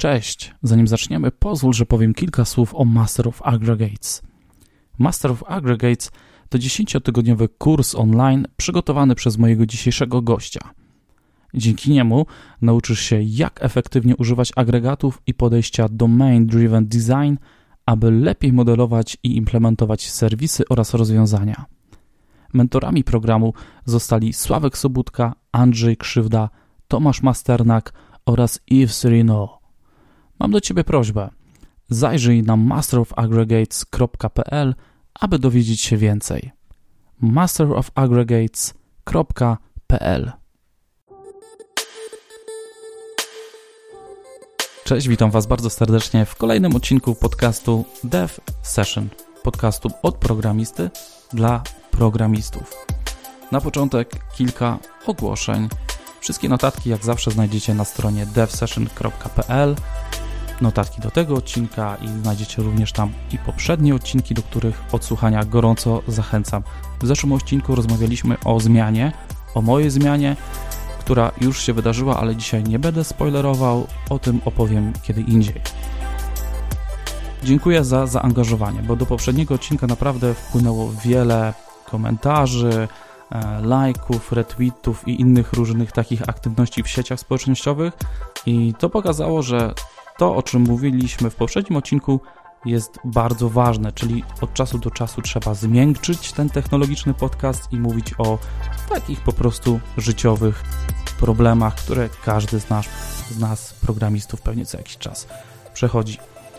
Cześć! Zanim zaczniemy, pozwól, że powiem kilka słów o Master of Aggregates. Master of Aggregates to 10-tygodniowy kurs online przygotowany przez mojego dzisiejszego gościa. Dzięki niemu nauczysz się, jak efektywnie używać agregatów i podejścia Domain-Driven Design, aby lepiej modelować i implementować serwisy oraz rozwiązania. Mentorami programu zostali Sławek Sobudka, Andrzej Krzywda, Tomasz Masternak oraz Yves Rino. Mam do Ciebie prośbę. Zajrzyj na masterofaggregates.pl, aby dowiedzieć się więcej. masterofaggregates.pl. Cześć, witam Was bardzo serdecznie w kolejnym odcinku podcastu Dev Session, podcastu od programisty dla programistów. Na początek kilka ogłoszeń. Wszystkie notatki jak zawsze znajdziecie na stronie devsession.pl. Notatki do tego odcinka i znajdziecie również tam i poprzednie odcinki, do których odsłuchania gorąco zachęcam. W zeszłym odcinku rozmawialiśmy o zmianie, o mojej zmianie, która już się wydarzyła, ale dzisiaj nie będę spoilerował, o tym opowiem kiedy indziej. Dziękuję za zaangażowanie, bo do poprzedniego odcinka naprawdę wpłynęło wiele komentarzy, lajków, retweetów i innych różnych takich aktywności w sieciach społecznościowych i to pokazało, że to, o czym mówiliśmy w poprzednim odcinku, jest bardzo ważne, czyli od czasu do czasu trzeba zmiękczyć ten technologiczny podcast i mówić o takich po prostu życiowych problemach, które każdy z nas programistów pewnie co jakiś czas przechodzi.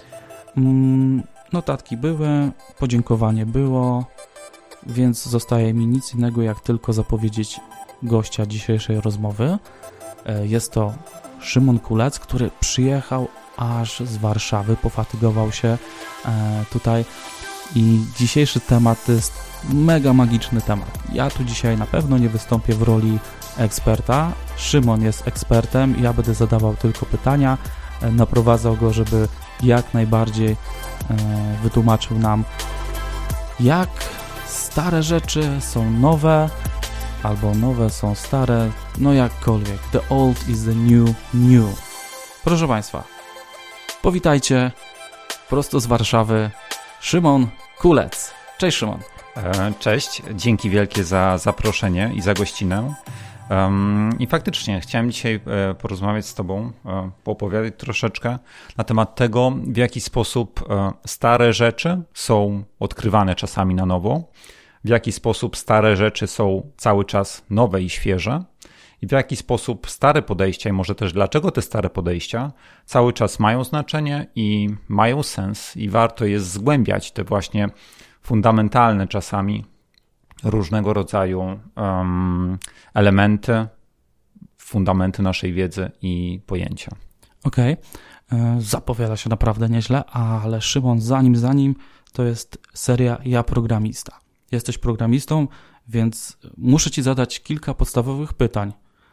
Notatki były, podziękowanie było, więc zostaje mi nic innego jak tylko zapowiedzieć gościa dzisiejszej rozmowy. Jest to Szymon Kulec, który przyjechał aż z Warszawy, pofatygował się tutaj i dzisiejszy temat to jest mega magiczny temat. Ja tu dzisiaj na pewno nie wystąpię w roli eksperta. Szymon jest ekspertem, ja będę zadawał tylko pytania, naprowadzał go, żeby jak najbardziej wytłumaczył nam, jak stare rzeczy są nowe, albo nowe są stare, no jakkolwiek. The old is the new. Proszę Państwa, powitajcie prosto z Warszawy Szymon Kulec. Cześć Szymon. Cześć, dzięki wielkie za zaproszenie i za gościnę. I faktycznie chciałem dzisiaj porozmawiać z Tobą, poopowiadać troszeczkę na temat tego, w jaki sposób stare rzeczy są odkrywane czasami na nowo, w jaki sposób stare rzeczy są cały czas nowe i świeże i w jaki sposób stare podejścia i może też dlaczego te stare podejścia cały czas mają znaczenie i mają sens i warto jest zgłębiać te właśnie fundamentalne czasami różnego rodzaju elementy, fundamenty naszej wiedzy i pojęcia. Okej. Zapowiada się naprawdę nieźle, ale Szymon, zanim to jest seria Ja Programista. Jesteś programistą, więc muszę Ci zadać kilka podstawowych pytań.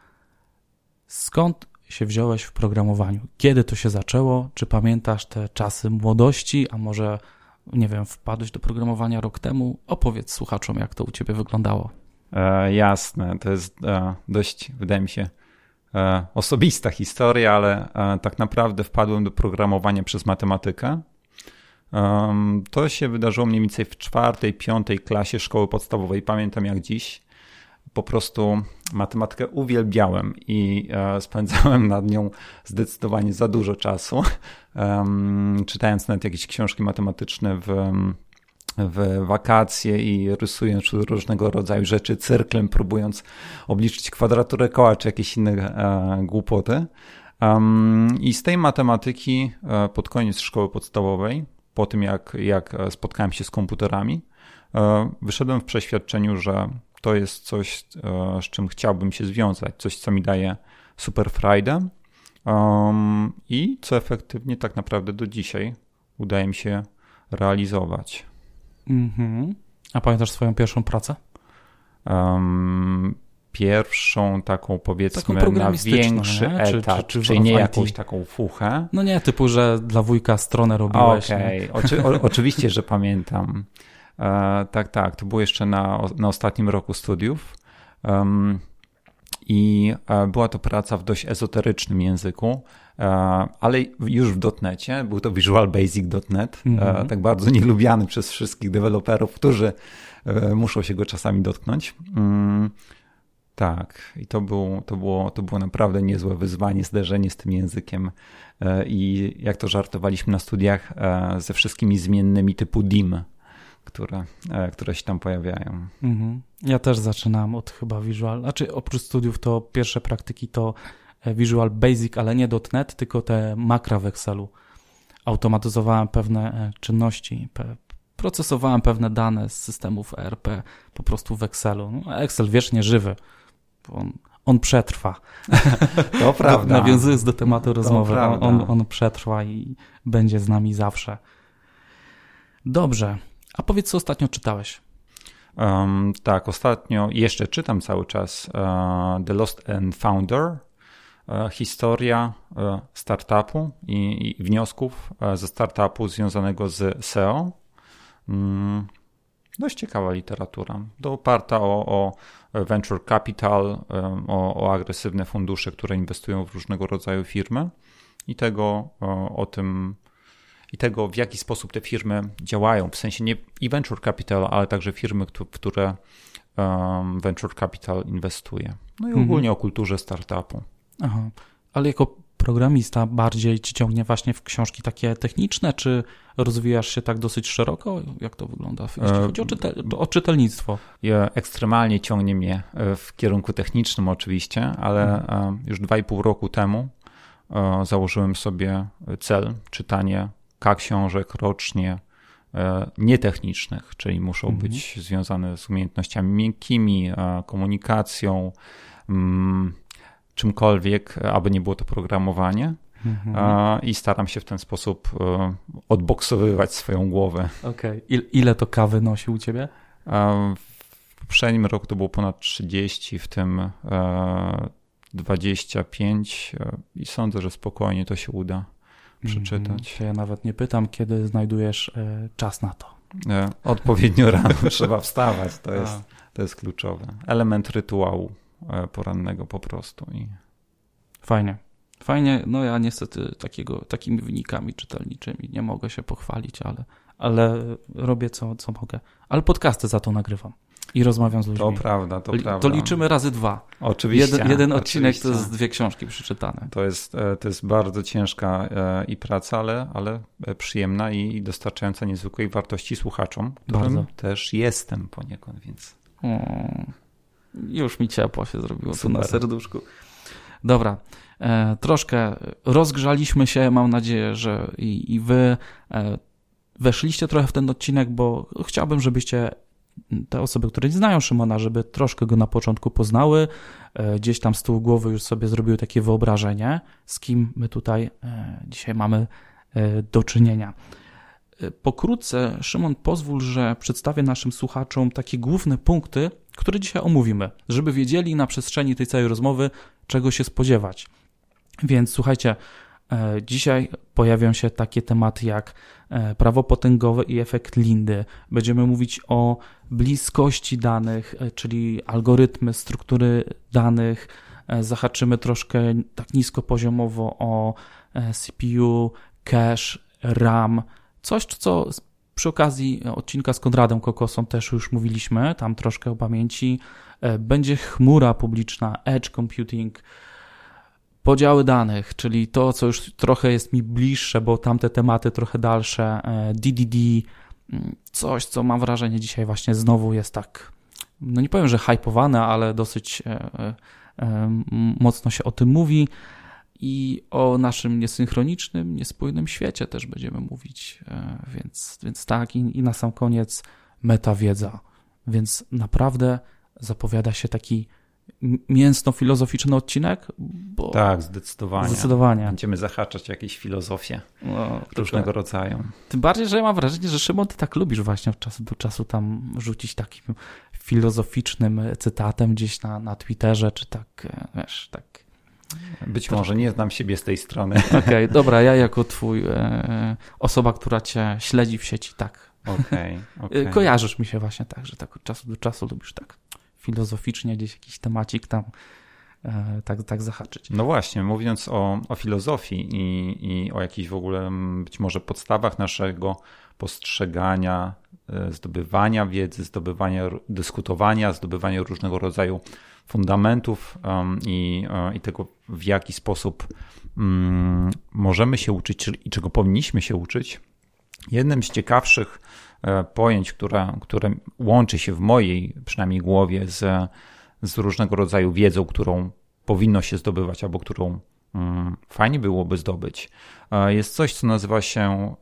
Skąd się wziąłeś w programowaniu? Kiedy to się zaczęło? Czy pamiętasz te czasy młodości, a może, nie wiem, wpadłeś do programowania rok temu? Opowiedz słuchaczom, jak to u Ciebie wyglądało. Jasne, to jest dość, wydaje mi się, osobista historia, ale tak naprawdę wpadłem do programowania przez matematykę. To się wydarzyło mniej więcej w 4., 5. klasie szkoły podstawowej. Pamiętam jak dziś. Po prostu matematykę uwielbiałem i spędzałem nad nią zdecydowanie za dużo czasu, czytając nawet jakieś książki matematyczne w wakacje i rysując różnego rodzaju rzeczy cyrklem, próbując obliczyć kwadraturę koła czy jakieś inne głupoty. I z tej matematyki pod koniec szkoły podstawowej, po tym jak spotkałem się z komputerami, wyszedłem w przeświadczeniu, że to jest coś, z czym chciałbym się związać, coś, co mi daje super frajdę i co efektywnie tak naprawdę do dzisiaj udaje mi się realizować. A pamiętasz swoją pierwszą pracę? Pierwszą taką, powiedzmy, na większy etap, czyli nie jakąś taką fuchę. No nie, typu, że dla wujka stronę robiłeś. Okej, oczywiście, że pamiętam. Tak, to było jeszcze na ostatnim roku studiów i była to praca w dość ezoterycznym języku, ale już w .NETcie, był to Visual Basic.NET, tak bardzo nielubiany przez wszystkich deweloperów, którzy muszą się go czasami dotknąć. Tak, i to było naprawdę niezłe wyzwanie, zderzenie z tym językiem i jak to żartowaliśmy na studiach, ze wszystkimi zmiennymi typu dim, które się tam pojawiają. Ja też zaczynam od chyba Visual, znaczy oprócz studiów to pierwsze praktyki to Visual Basic, ale nie .NET, tylko te makra w Excelu. Automatyzowałem pewne czynności, procesowałem pewne dane z systemów ERP po prostu w Excelu. No, Excel wiecznie żywy, bo on przetrwa. To prawda. Nawiązując do tematu rozmowy, on przetrwa i będzie z nami zawsze. Dobrze. A powiedz, co ostatnio czytałeś? Tak, ostatnio jeszcze czytam cały czas The Lost and Founder, historia startupu i wniosków ze startupu związanego z SEO. Dość ciekawa literatura. Oparta o venture capital, o agresywne fundusze, które inwestują w różnego rodzaju firmy i tego, w jaki sposób te firmy działają. W sensie nie i venture capital, ale także firmy, w które venture capital inwestuje. No i ogólnie o kulturze startupu. Aha. Ale jako programista bardziej ci ciągnie właśnie w książki takie techniczne, czy rozwijasz się tak dosyć szeroko? Jak to wygląda, jeśli chodzi o czytelnictwo? Ekstremalnie ciągnie mnie w kierunku technicznym oczywiście, ale już 2,5 roku temu założyłem sobie cel czytanie K książek rocznie nietechnicznych, czyli muszą być związane z umiejętnościami miękkimi, komunikacją, czymkolwiek, aby nie było to programowanie. I staram się w ten sposób odboksowywać swoją głowę. Okej. Ile to kawy nosi u ciebie? W poprzednim roku to było ponad 30, w tym 25 i sądzę, że spokojnie to się uda przeczytać. Ja nawet nie pytam, kiedy znajdujesz czas na to. Odpowiednio rano trzeba wstawać. To jest kluczowe. Element rytuału porannego po prostu. Fajnie. No ja niestety takimi wynikami czytelniczymi nie mogę się pochwalić, ale robię co mogę. Ale podcasty za to nagrywam i rozmawiam z ludźmi. To prawda. To liczymy razy 2. Oczywiście. Jeden odcinek to jest 2 książki przeczytane. To jest bardzo ciężka i praca, ale przyjemna i dostarczająca niezwykłej wartości słuchaczom, którym też jestem poniekąd, więc... Już mi ciepło się zrobiło tu na serduszku. Dobra, troszkę rozgrzaliśmy się, mam nadzieję, że i wy weszliście trochę w ten odcinek, bo chciałbym, żebyście te osoby, które nie znają Szymona, żeby troszkę go na początku poznały, gdzieś tam z tyłu głowy już sobie zrobiły takie wyobrażenie, z kim my tutaj dzisiaj mamy do czynienia. Pokrótce, Szymon, pozwól, że przedstawię naszym słuchaczom takie główne punkty, które dzisiaj omówimy, żeby wiedzieli na przestrzeni tej całej rozmowy, czego się spodziewać. Więc słuchajcie, dzisiaj pojawią się takie tematy jak prawo potęgowe i efekt Lindy. Będziemy mówić o bliskości danych, czyli algorytmy, struktury danych. Zahaczymy troszkę tak niskopoziomowo o CPU, cache, RAM. Coś, co przy okazji odcinka z Konradem Kokosą też już mówiliśmy, tam troszkę o pamięci. Będzie chmura publiczna, edge computing, podziały danych, czyli to, co już trochę jest mi bliższe, bo tamte tematy trochę dalsze, DDD, coś, co mam wrażenie dzisiaj właśnie znowu jest tak, no nie powiem, że hypowane, ale dosyć mocno się o tym mówi. I o naszym niesynchronicznym, niespójnym świecie też będziemy mówić, więc tak i na sam koniec metawiedza, więc naprawdę zapowiada się taki mięsno-filozoficzny odcinek? Bo tak, zdecydowanie. Będziemy zahaczać jakieś filozofie różnego rodzaju. Tym bardziej, że ja mam wrażenie, że Szymon, ty tak lubisz właśnie od czasu do czasu tam rzucić takim filozoficznym cytatem gdzieś na Twitterze, czy tak, wiesz, tak. Być może nie znam siebie z tej strony. Okej, dobra, ja jako twój osoba, która cię śledzi w sieci, tak. Okej. Kojarzysz mi się właśnie tak, że tak od czasu do czasu lubisz tak filozoficznie gdzieś jakiś temacik tam tak zahaczyć. No właśnie, mówiąc o filozofii i o jakichś w ogóle być może podstawach naszego postrzegania, zdobywania wiedzy, dyskutowania, zdobywania różnego rodzaju fundamentów i tego, w jaki sposób możemy się uczyć i czego powinniśmy się uczyć. Jednym z ciekawszych pojęć, które łączy się w mojej przynajmniej głowie z różnego rodzaju wiedzą, którą powinno się zdobywać albo którą fajnie byłoby zdobyć, jest coś, co nazywa się,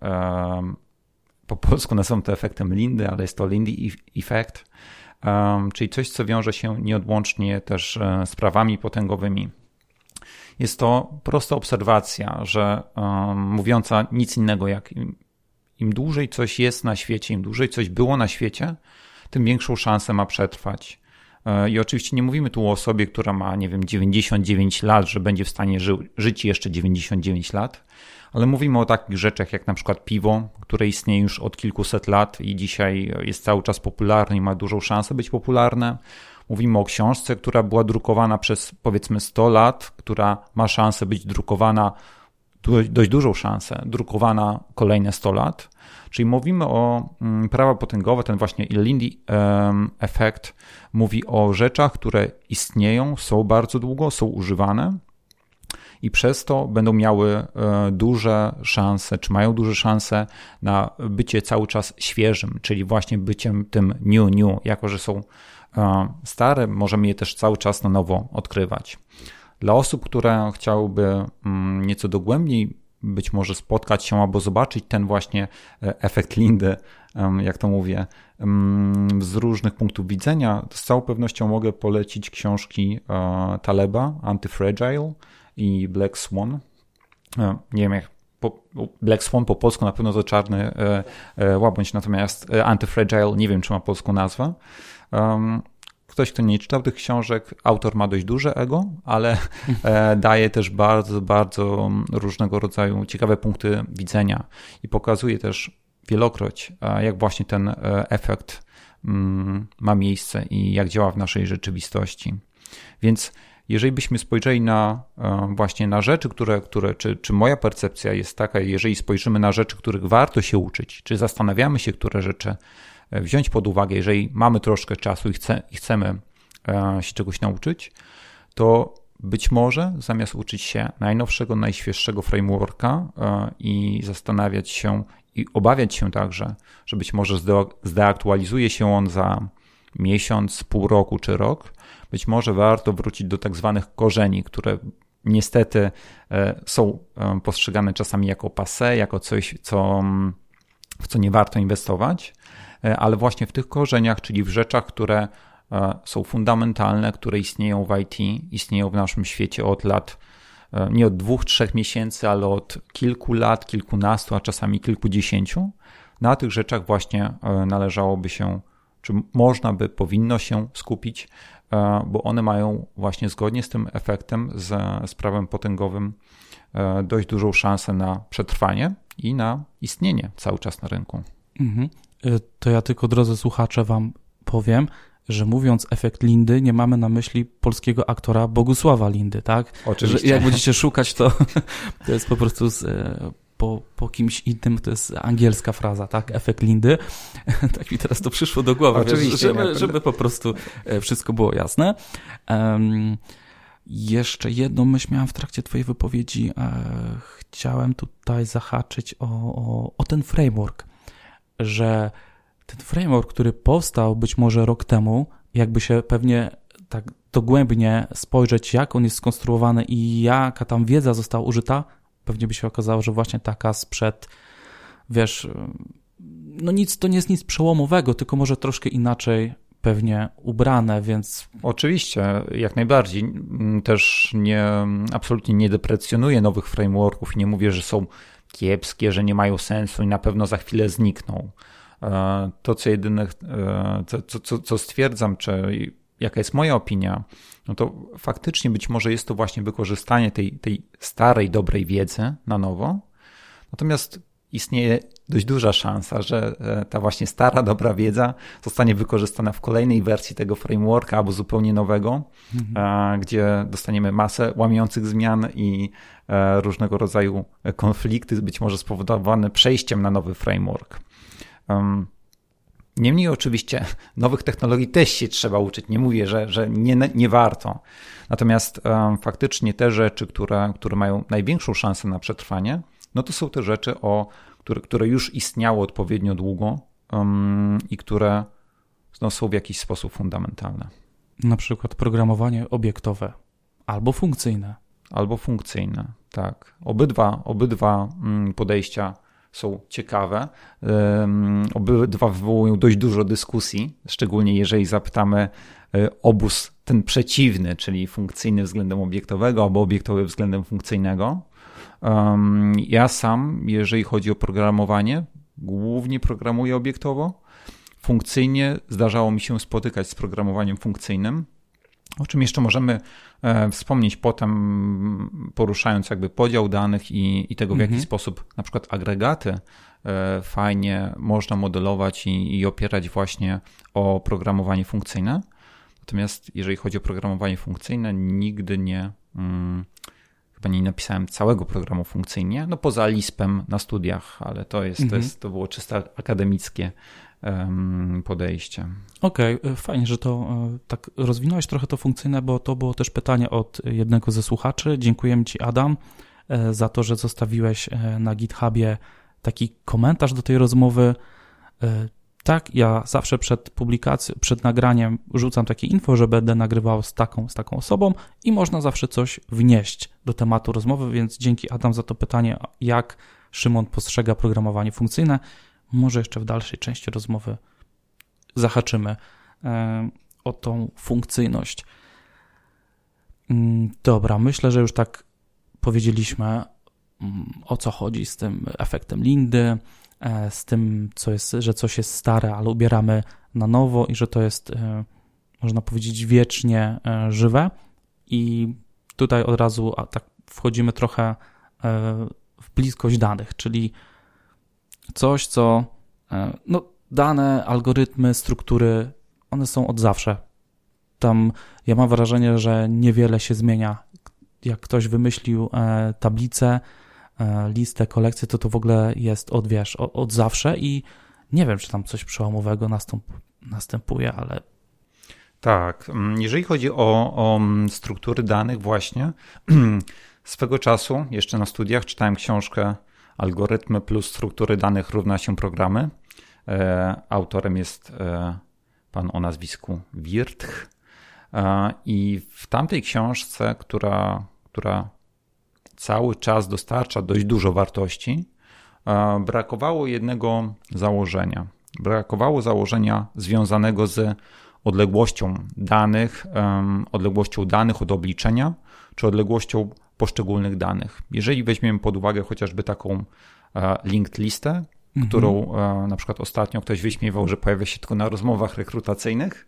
po polsku nazywam to efektem Lindy, ale jest to Lindy Effect, czyli coś, co wiąże się nieodłącznie też z prawami potęgowymi. Jest to prosta obserwacja, że mówiąca nic innego jak im dłużej coś jest na świecie, im dłużej coś było na świecie, tym większą szansę ma przetrwać. I oczywiście nie mówimy tu o osobie, która ma, 99 lat, że będzie w stanie żyć jeszcze 99 lat, ale mówimy o takich rzeczach jak na przykład piwo, które istnieje już od kilkuset lat i dzisiaj jest cały czas popularne i ma dużą szansę być popularne. Mówimy o książce, która była drukowana przez powiedzmy 100 lat, która ma szansę być drukowana, dość dużą szansę, drukowana kolejne 100 lat. Czyli mówimy o prawa potęgowe, ten właśnie Lindy efekt mówi o rzeczach, które istnieją, są bardzo długo, są używane i przez to będą miały duże szanse, czy mają duże szanse na bycie cały czas świeżym, czyli właśnie byciem tym new, jako że są stare, możemy je też cały czas na nowo odkrywać. Dla osób, które chciałyby nieco dogłębniej być może spotkać się albo zobaczyć ten właśnie efekt Lindy, jak to mówię, z różnych punktów widzenia, to z całą pewnością mogę polecić książki Taleba, Anti-Fragile i Black Swan. Nie wiem jak Black Swan po polsku na pewno to czarny łabędź, natomiast Anti-Fragile nie wiem, czy ma polską nazwę. Ktoś, kto nie czytał tych książek, autor ma dość duże ego, ale daje też bardzo, bardzo różnego rodzaju ciekawe punkty widzenia i pokazuje też wielokroć, jak właśnie ten efekt ma miejsce i jak działa w naszej rzeczywistości. Więc jeżeli byśmy spojrzeli właśnie na rzeczy, czy moja percepcja jest taka, jeżeli spojrzymy na rzeczy, których warto się uczyć, czy zastanawiamy się, które rzeczy wziąć pod uwagę, jeżeli mamy troszkę czasu i chcemy się czegoś nauczyć, to być może zamiast uczyć się najnowszego, najświeższego frameworka i zastanawiać się i obawiać się także, że być może zdeaktualizuje się on za miesiąc, pół roku czy rok, być może warto wrócić do tak zwanych korzeni, które niestety są postrzegane czasami jako passé, jako coś, w co nie warto inwestować, ale właśnie w tych korzeniach, czyli w rzeczach, które są fundamentalne, które istnieją w IT, istnieją w naszym świecie od lat, nie od 2-3 miesięcy, ale od kilku lat, kilkunastu, a czasami kilkudziesięciu. Na tych rzeczach właśnie należałoby się, czy można by, powinno się skupić, bo one mają właśnie zgodnie z tym efektem, z prawem potęgowym dość dużą szansę na przetrwanie i na istnienie cały czas na rynku. To ja tylko, drodzy słuchacze, wam powiem, że mówiąc efekt Lindy, nie mamy na myśli polskiego aktora Bogusława Lindy, tak? Oczywiście. Że jak będziecie szukać, to jest po prostu po kimś innym, to jest angielska fraza, tak? Efekt Lindy. Tak mi teraz to przyszło do głowy, oczywiście, żeby po prostu wszystko było jasne. Jeszcze jedną myśl miałem w trakcie twojej wypowiedzi. Chciałem tutaj zahaczyć o ten framework, że ten framework, który powstał być może rok temu, jakby się pewnie tak dogłębnie spojrzeć, jak on jest skonstruowany i jaka tam wiedza została użyta, pewnie by się okazało, że właśnie taka sprzed, no nic, to nie jest nic przełomowego, tylko może troszkę inaczej pewnie ubrane, więc... Oczywiście, jak najbardziej. Też absolutnie nie deprecjonuję nowych frameworków i nie mówię, że są kiepskie, że nie mają sensu i na pewno za chwilę znikną. To, co jedyne, co stwierdzam, czy jaka jest moja opinia, no to faktycznie być może jest to właśnie wykorzystanie tej starej, dobrej wiedzy na nowo. Natomiast istnieje dość duża szansa, że ta właśnie stara, dobra wiedza zostanie wykorzystana w kolejnej wersji tego frameworka albo zupełnie nowego, gdzie dostaniemy masę łamiących zmian i różnego rodzaju konflikty, być może spowodowane przejściem na nowy framework. Niemniej oczywiście nowych technologii też się trzeba uczyć. Nie mówię, że nie warto. Natomiast faktycznie te rzeczy, które mają największą szansę na przetrwanie, no to są te rzeczy, które już istniały odpowiednio długo i które są w jakiś sposób fundamentalne. Na przykład programowanie obiektowe albo funkcyjne. Albo funkcyjne, tak. Obydwa podejścia są ciekawe. Obydwa wywołują dość dużo dyskusji, szczególnie jeżeli zapytamy obóz ten przeciwny, czyli funkcyjny względem obiektowego albo obiektowy względem funkcyjnego. Ja sam, jeżeli chodzi o programowanie, głównie programuję obiektowo. Funkcyjnie zdarzało mi się spotykać z programowaniem funkcyjnym, o czym jeszcze możemy wspomnieć potem, poruszając jakby podział danych i tego, w jaki sposób na przykład agregaty fajnie można modelować i opierać właśnie o programowanie funkcyjne. Natomiast jeżeli chodzi o programowanie funkcyjne, nigdy chyba nie napisałem całego programu funkcyjnie, no poza Lispem na studiach, ale to było czysto akademickie podejście. Okej, fajnie, że to tak rozwinąłeś trochę to funkcyjne, bo to było też pytanie od jednego ze słuchaczy. Dziękujemy Ci, Adam, za to, że zostawiłeś na GitHubie taki komentarz do tej rozmowy. Tak, ja zawsze przed publikacją, przed nagraniem rzucam takie info, że będę nagrywał z taką osobą i można zawsze coś wnieść do tematu rozmowy, więc dzięki, Adam, za to pytanie, jak Szymon postrzega programowanie funkcyjne. Może jeszcze w dalszej części rozmowy zahaczymy o tą funkcyjność. Dobra, myślę, że już tak powiedzieliśmy, o co chodzi z tym efektem Lindy, z tym, że coś jest stare, ale ubieramy na nowo i że to jest, można powiedzieć, wiecznie żywe. I tutaj od razu tak wchodzimy trochę w bliskość danych, czyli coś, co dane, algorytmy, struktury, one są od zawsze. Tam ja mam wrażenie, że niewiele się zmienia. Jak ktoś wymyślił tablicę, listę, kolekcję, to w ogóle jest od zawsze i nie wiem, czy tam coś przełomowego następuje, ale... Tak, jeżeli chodzi o struktury danych właśnie, swego czasu jeszcze na studiach czytałem książkę Algorytmy plus struktury danych równa się programy. Autorem jest pan o nazwisku Wirth i w tamtej książce, która cały czas dostarcza dość dużo wartości, brakowało jednego założenia. Brakowało założenia związanego z odległością danych od obliczenia, czy odległością poszczególnych danych. Jeżeli weźmiemy pod uwagę chociażby taką linked listę, którą na przykład ostatnio ktoś wyśmiewał, że pojawia się tylko na rozmowach rekrutacyjnych,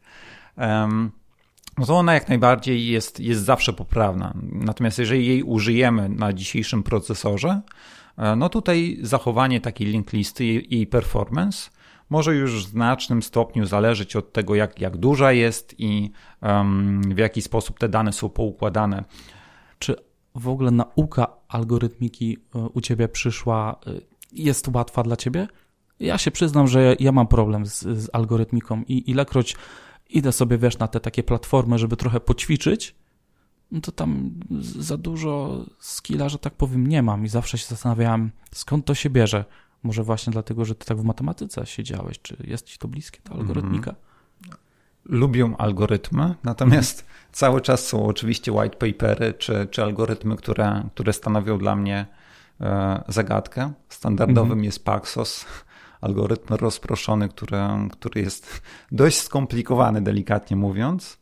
no to ona jak najbardziej jest zawsze poprawna. Natomiast jeżeli jej użyjemy na dzisiejszym procesorze, no tutaj zachowanie takiej linked listy i jej performance może już w znacznym stopniu zależeć od tego, jak duża jest i w jaki sposób te dane są poukładane. Czy w ogóle nauka algorytmiki u Ciebie przyszła, jest łatwa dla Ciebie? Ja się przyznam, że ja mam problem z algorytmiką i ilekroć idę sobie, na te takie platformy, żeby trochę poćwiczyć, no to tam za dużo skilla, że tak powiem, nie mam i zawsze się zastanawiałem, skąd to się bierze. Może właśnie dlatego, że Ty tak w matematyce siedziałeś, czy jest Ci to bliskie, ta algorytmika? Lubię algorytmy, natomiast cały czas są oczywiście white papery, czy algorytmy, które stanowią dla mnie zagadkę. Standardowym jest Paxos, algorytm rozproszony, który jest dość skomplikowany, delikatnie mówiąc.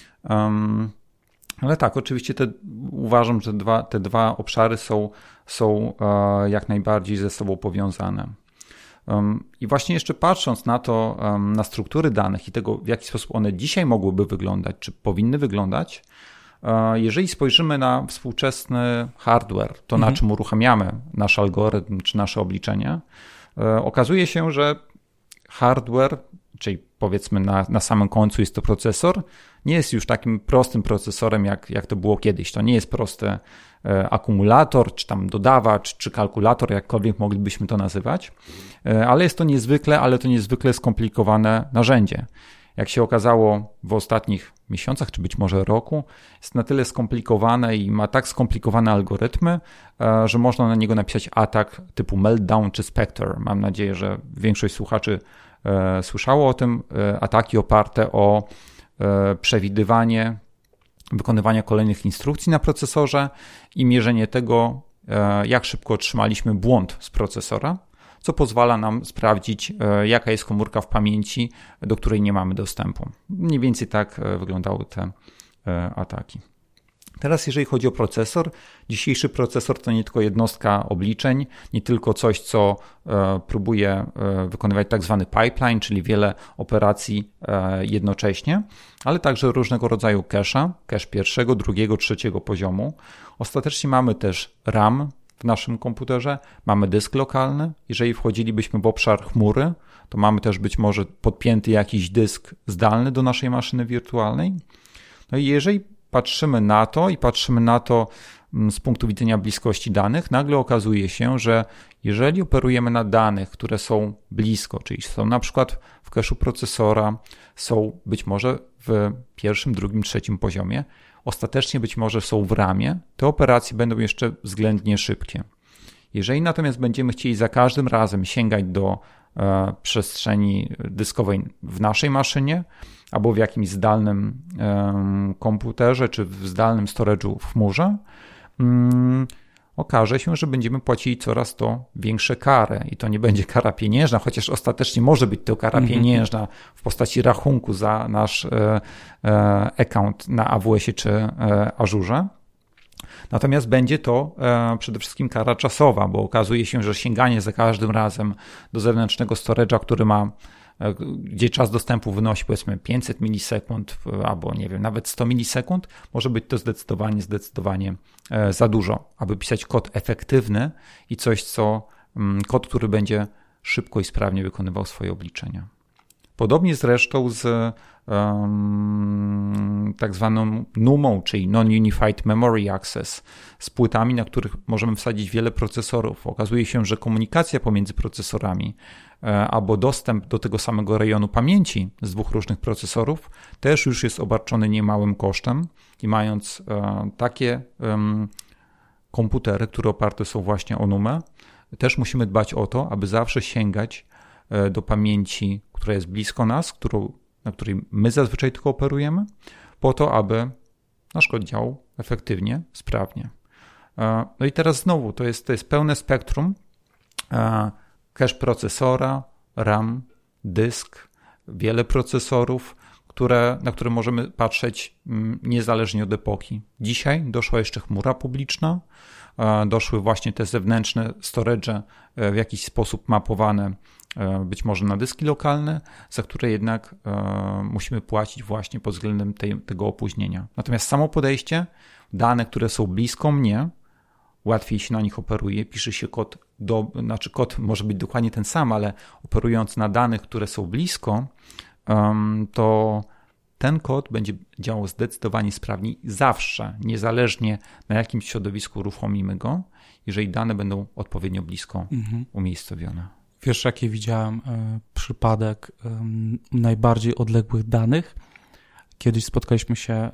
Ale tak, oczywiście uważam, że te dwa obszary są jak najbardziej ze sobą powiązane. I właśnie jeszcze patrząc na to, na struktury danych i tego, w jaki sposób one dzisiaj mogłyby wyglądać, czy powinny wyglądać, Jeżeli spojrzymy na współczesny hardware, to na czym uruchamiamy nasz algorytm czy nasze obliczenie, okazuje się, że hardware, czyli powiedzmy na samym końcu jest to procesor, nie jest już takim prostym procesorem, jak to było kiedyś. To nie jest prosty akumulator, czy tam dodawacz, czy kalkulator, jakkolwiek moglibyśmy to nazywać, ale jest to niezwykle skomplikowane narzędzie. Jak się okazało w ostatnich miesiącach, czy być może roku, jest na tyle skomplikowane i ma tak skomplikowane algorytmy, że można na niego napisać atak typu Meltdown czy Spectre. Mam nadzieję, że większość słuchaczy słyszało o tym. Ataki oparte o przewidywanie wykonywania kolejnych instrukcji na procesorze i mierzenie tego, jak szybko otrzymaliśmy błąd z procesora, co pozwala nam sprawdzić, jaka jest komórka w pamięci, do której nie mamy dostępu. Mniej więcej tak wyglądały te ataki. Teraz jeżeli chodzi o procesor, dzisiejszy procesor to nie tylko jednostka obliczeń, nie tylko coś, co próbuje wykonywać tak zwany pipeline, czyli wiele operacji jednocześnie, ale także różnego rodzaju cache pierwszego, drugiego, trzeciego poziomu. Ostatecznie mamy też RAM w naszym komputerze, mamy dysk lokalny. Jeżeli wchodzilibyśmy w obszar chmury, to mamy też być może podpięty jakiś dysk zdalny do naszej maszyny wirtualnej. No i jeżeli patrzymy na to z punktu widzenia bliskości danych, nagle okazuje się, że jeżeli operujemy na danych, które są blisko, czyli są na przykład w cache'u procesora, są być może w pierwszym, drugim, trzecim poziomie, ostatecznie być może są w RAM-ie, te operacje będą jeszcze względnie szybkie. Jeżeli natomiast będziemy chcieli za każdym razem sięgać do przestrzeni dyskowej w naszej maszynie albo w jakimś zdalnym komputerze czy w zdalnym storage'u w chmurze, okaże się, że będziemy płacili coraz to większe kary i to nie będzie kara pieniężna, chociaż ostatecznie może być to kara pieniężna w postaci rachunku za nasz account na AWS-ie czy Azure. Natomiast będzie to przede wszystkim kara czasowa, bo okazuje się, że sięganie za każdym razem do zewnętrznego storage'a, który ma, gdzie czas dostępu wynosi powiedzmy 500 milisekund albo nie wiem, nawet 100 milisekund, może być to zdecydowanie za dużo, aby pisać kod efektywny i kod, który będzie szybko i sprawnie wykonywał swoje obliczenia. Podobnie zresztą z tak zwaną NUMą, czyli Non-Unified Memory Access, z płytami, na których możemy wsadzić wiele procesorów. Okazuje się, że komunikacja pomiędzy procesorami albo dostęp do tego samego rejonu pamięci z dwóch różnych procesorów też już jest obarczony niemałym kosztem i mając takie komputery, które oparte są właśnie o NUMę, też musimy dbać o to, aby zawsze sięgać do pamięci, która jest blisko nas, na której my zazwyczaj tylko operujemy, po to, aby nasz kod działał efektywnie, sprawnie. No i teraz znowu, to jest pełne spektrum, cache procesora, RAM, dysk, wiele procesorów, na które możemy patrzeć niezależnie od epoki. Dzisiaj doszła jeszcze chmura publiczna, doszły właśnie te zewnętrzne storage'e w jakiś sposób mapowane być może na dyski lokalne, za które jednak musimy płacić właśnie pod względem tego opóźnienia. Natomiast samo podejście, dane, które są blisko mnie, łatwiej się na nich operuje, pisze się kod, kod może być dokładnie ten sam, ale operując na danych, które są blisko, to ten kod będzie działał zdecydowanie sprawniej zawsze, niezależnie na jakim środowisku uruchomimy go, jeżeli dane będą odpowiednio blisko umiejscowione. Wiesz, jaki widziałem przypadek najbardziej odległych danych? Kiedyś spotkaliśmy się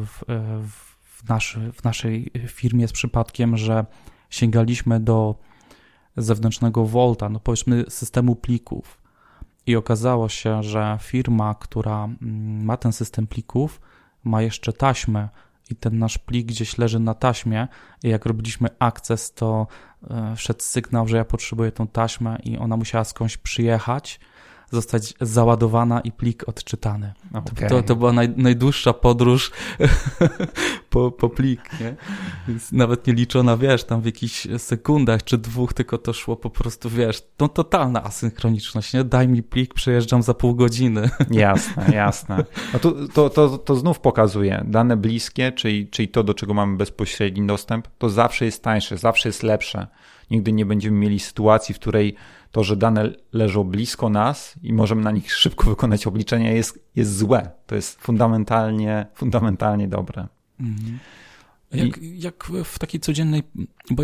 w naszej firmie z przypadkiem, że sięgaliśmy do zewnętrznego Volta, no powiedzmy systemu plików i okazało się, że firma, która ma ten system plików, ma jeszcze taśmę i ten nasz plik gdzieś leży na taśmie i jak robiliśmy akces, to wszedł sygnał, że ja potrzebuję tą taśmę i ona musiała skądś przyjechać, zostać załadowana i plik odczytany. Okay. To była najdłuższa podróż po plik, nie? Więc nawet nie liczona, wiesz, tam w jakichś sekundach czy 2, tylko to szło po prostu, wiesz, to totalna asynchroniczność, nie? Daj mi plik, przejeżdżam za pół godziny. Jasne. No to znów pokazuje, dane bliskie, czyli to, do czego mamy bezpośredni dostęp, to zawsze jest tańsze, zawsze jest lepsze. Nigdy nie będziemy mieli sytuacji, w której to, że dane leżą blisko nas i możemy na nich szybko wykonać obliczenia, jest złe. To jest fundamentalnie dobre. Mhm. Jak w takiej codziennej, bo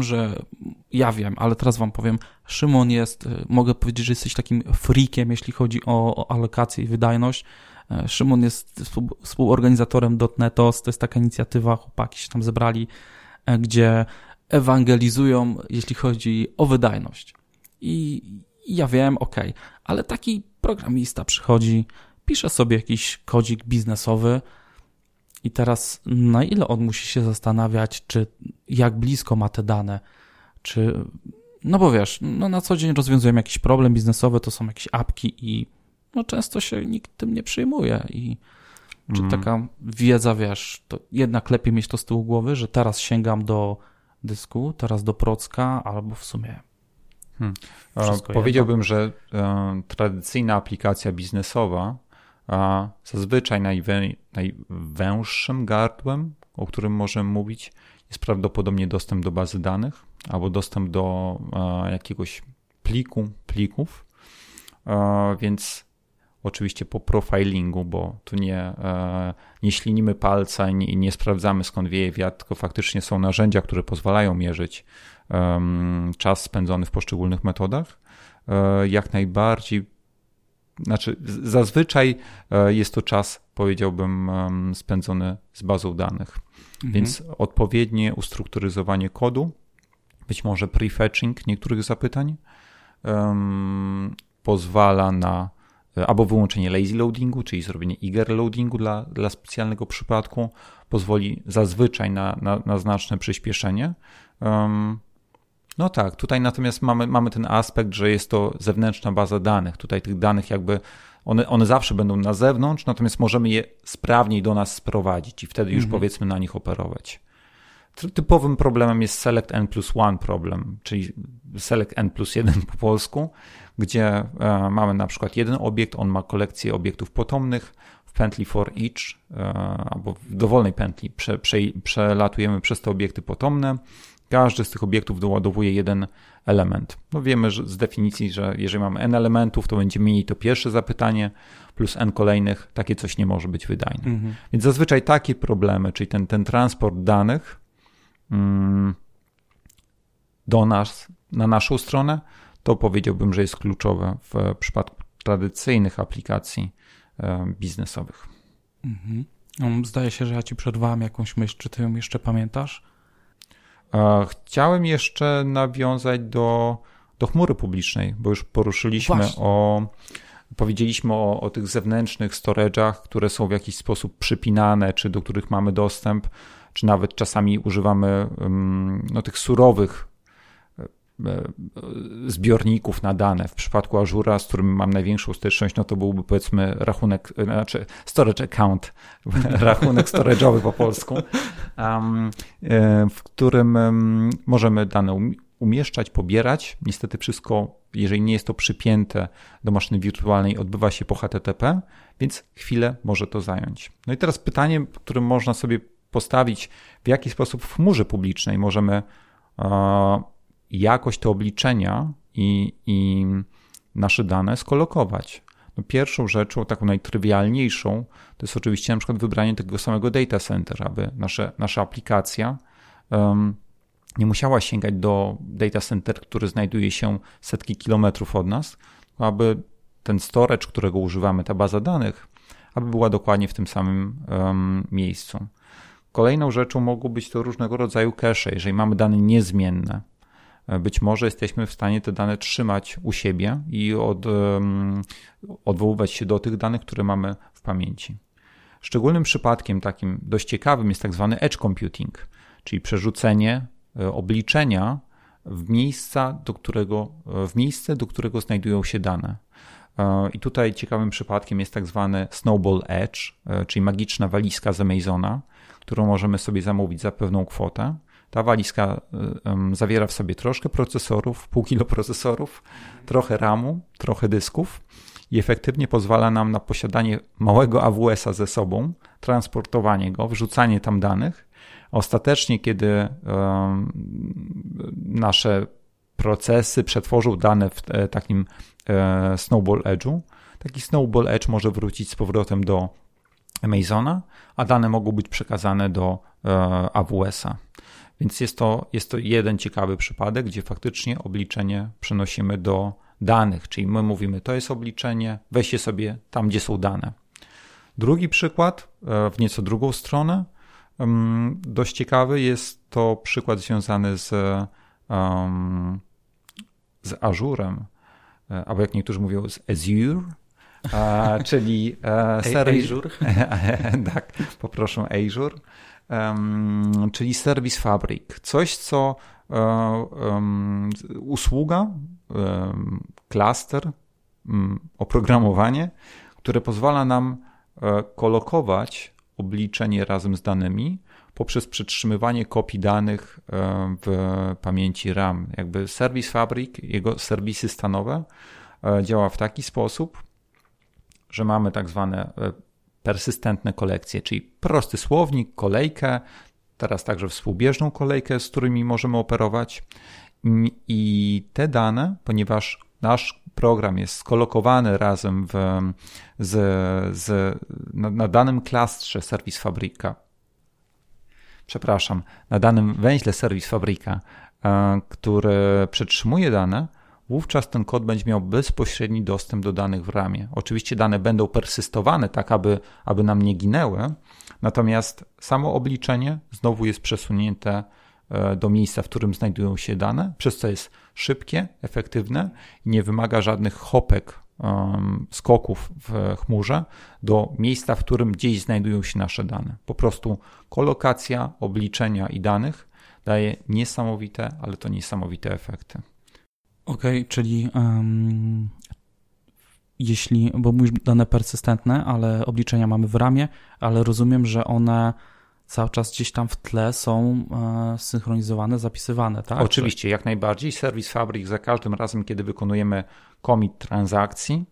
ja wiem, ale teraz wam powiem, Szymon mogę powiedzieć, że jesteś takim freakiem, jeśli chodzi o alokację i wydajność. Szymon jest współorganizatorem .NETOS, to jest taka inicjatywa, chłopaki się tam zebrali, gdzie ewangelizują, jeśli chodzi o wydajność. I ja wiem, ale taki programista przychodzi, pisze sobie jakiś kodzik biznesowy i teraz na ile on musi się zastanawiać, czy jak blisko ma te dane, czy, no bo wiesz, no na co dzień rozwiązujemy jakiś problem biznesowy, to są jakieś apki i no często się nikt tym nie przyjmuje i czy taka wiedza, wiesz, to jednak lepiej mieć to z tyłu głowy, że teraz sięgam do dysku, teraz do procka, albo w sumie powiedziałbym, że tradycyjna aplikacja biznesowa zazwyczaj najwęższym gardłem, o którym możemy mówić, jest prawdopodobnie dostęp do bazy danych albo dostęp do jakiegoś plików, więc oczywiście po profilingu, bo tu nie ślinimy palca i nie sprawdzamy, skąd wieje wiatr, tylko faktycznie są narzędzia, które pozwalają mierzyć czas spędzony w poszczególnych metodach. Jak najbardziej, zazwyczaj jest to czas, powiedziałbym, spędzony z bazą danych. Więc odpowiednie ustrukturyzowanie kodu, być może prefetching niektórych zapytań pozwala na albo wyłączenie lazy loadingu, czyli zrobienie eager loadingu dla specjalnego przypadku, pozwoli zazwyczaj na znaczne przyspieszenie. No tak, tutaj natomiast mamy ten aspekt, że jest to zewnętrzna baza danych. Tutaj tych danych jakby, one zawsze będą na zewnątrz, natomiast możemy je sprawniej do nas sprowadzić i wtedy już powiedzmy na nich operować. Typowym problemem jest select n+1 problem, czyli select n+1 po polsku, gdzie mamy na przykład jeden obiekt, on ma kolekcję obiektów potomnych w pętli for each, albo w dowolnej pętli przelatujemy przez te obiekty potomne. Każdy z tych obiektów doładowuje jeden element. No wiemy że z definicji, że jeżeli mamy n elementów, to będziemy mieli to pierwsze zapytanie plus n kolejnych. Takie coś nie może być wydajne. Więc zazwyczaj takie problemy, czyli ten transport danych do nas, na naszą stronę, to powiedziałbym, że jest kluczowe w przypadku tradycyjnych aplikacji biznesowych. Zdaje się, że ja ci przerwałem jakąś myśl. Czy ty ją jeszcze pamiętasz? Chciałem jeszcze nawiązać do chmury publicznej, bo już powiedzieliśmy o tych zewnętrznych storage'ach, które są w jakiś sposób przypinane, czy do których mamy dostęp, czy nawet czasami używamy tych surowych zbiorników na dane. W przypadku Azura, z którym mam największą styczność, no to byłby powiedzmy storage account, rachunek storage'owy po polsku, w którym możemy dane umieszczać, pobierać. Niestety wszystko, jeżeli nie jest to przypięte do maszyny wirtualnej, odbywa się po HTTP, więc chwilę może to zająć. No i teraz pytanie, które można sobie postawić, w jaki sposób w chmurze publicznej możemy jakość te obliczenia i nasze dane skolokować. No pierwszą rzeczą, taką najtrywialniejszą, to jest oczywiście na przykład wybranie tego samego data center, aby nasza aplikacja nie musiała sięgać do data center, który znajduje się setki kilometrów od nas, aby ten storage, którego używamy, ta baza danych, aby była dokładnie w tym samym miejscu. Kolejną rzeczą mogą być to różnego rodzaju cache. Jeżeli mamy dane niezmienne, być może jesteśmy w stanie te dane trzymać u siebie i odwoływać się do tych danych, które mamy w pamięci. Szczególnym przypadkiem takim dość ciekawym jest tak zwany edge computing, czyli przerzucenie obliczenia w miejsce, do którego znajdują się dane. I tutaj ciekawym przypadkiem jest tak zwany Snowball Edge, czyli magiczna walizka z Amazona, którą możemy sobie zamówić za pewną kwotę. Ta walizka zawiera w sobie troszkę procesorów, pół kilo procesorów, trochę RAMu, trochę dysków i efektywnie pozwala nam na posiadanie małego AWS-a ze sobą, transportowanie go, wrzucanie tam danych. Ostatecznie, kiedy nasze procesy przetworzą dane w takim Snowball Edge'u, taki Snowball Edge może wrócić z powrotem do Amazona, a dane mogą być przekazane do AWS-a. Więc jest to jeden ciekawy przypadek, gdzie faktycznie obliczenie przenosimy do danych, czyli my mówimy, to jest obliczenie, weź je sobie tam, gdzie są dane. Drugi przykład, w nieco drugą stronę, dość ciekawy, jest to przykład związany z Azure'em, albo jak niektórzy mówią z Azure, czyli Azure. Tak, poproszę Azure, czyli Service Fabric. Coś, co usługa, klaster, oprogramowanie, które pozwala nam kolokować obliczenie razem z danymi poprzez przetrzymywanie kopii danych w pamięci RAM. Jakby Service Fabric, jego serwisy stanowe działa w taki sposób, że mamy tak zwane persystentne kolekcje, czyli prosty słownik, kolejkę, teraz także współbieżną kolejkę, z którymi możemy operować i te dane, ponieważ nasz program jest skolokowany razem na danym klastrze Service Fabrica, na danym węźle Service Fabrica, który przetrzymuje dane, wówczas ten kod będzie miał bezpośredni dostęp do danych w RAM-ie. Oczywiście dane będą persystowane tak, aby nam nie ginęły, natomiast samo obliczenie znowu jest przesunięte do miejsca, w którym znajdują się dane, przez co jest szybkie, efektywne i nie wymaga żadnych hopek, skoków w chmurze do miejsca, w którym gdzieś znajdują się nasze dane. Po prostu kolokacja obliczenia i danych daje niesamowite, ale to niesamowite efekty. Okej, czyli jeśli, bo mówisz dane persystentne, ale obliczenia mamy w RAM-ie, ale rozumiem, że one cały czas gdzieś tam w tle są synchronizowane, zapisywane, tak? Oczywiście, jak najbardziej. Service Fabric za każdym razem, kiedy wykonujemy commit transakcji,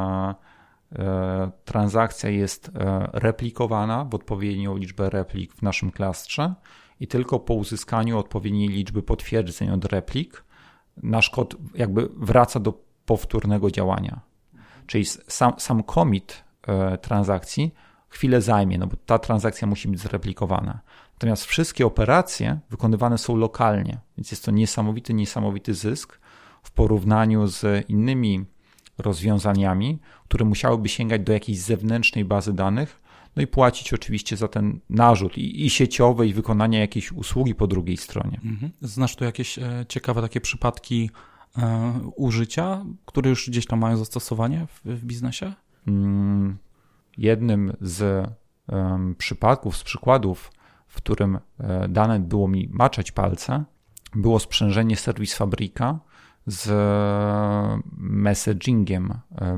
transakcja jest replikowana w odpowiednią liczbę replik w naszym klastrze i tylko po uzyskaniu odpowiedniej liczby potwierdzeń od replik nasz kod jakby wraca do powtórnego działania. Czyli sam commit transakcji chwilę zajmie, no bo ta transakcja musi być zreplikowana. Natomiast wszystkie operacje wykonywane są lokalnie, więc jest to niesamowity zysk w porównaniu z innymi rozwiązaniami, które musiałyby sięgać do jakiejś zewnętrznej bazy danych, no i płacić oczywiście za ten narzut i sieciowy, i wykonania jakiejś usługi po drugiej stronie. Znasz tu jakieś ciekawe takie przypadki użycia, które już gdzieś tam mają zastosowanie w biznesie? Jednym z przykładów, w którym dane było mi maczać palce, było sprzężenie Service Fabrica z messagingiem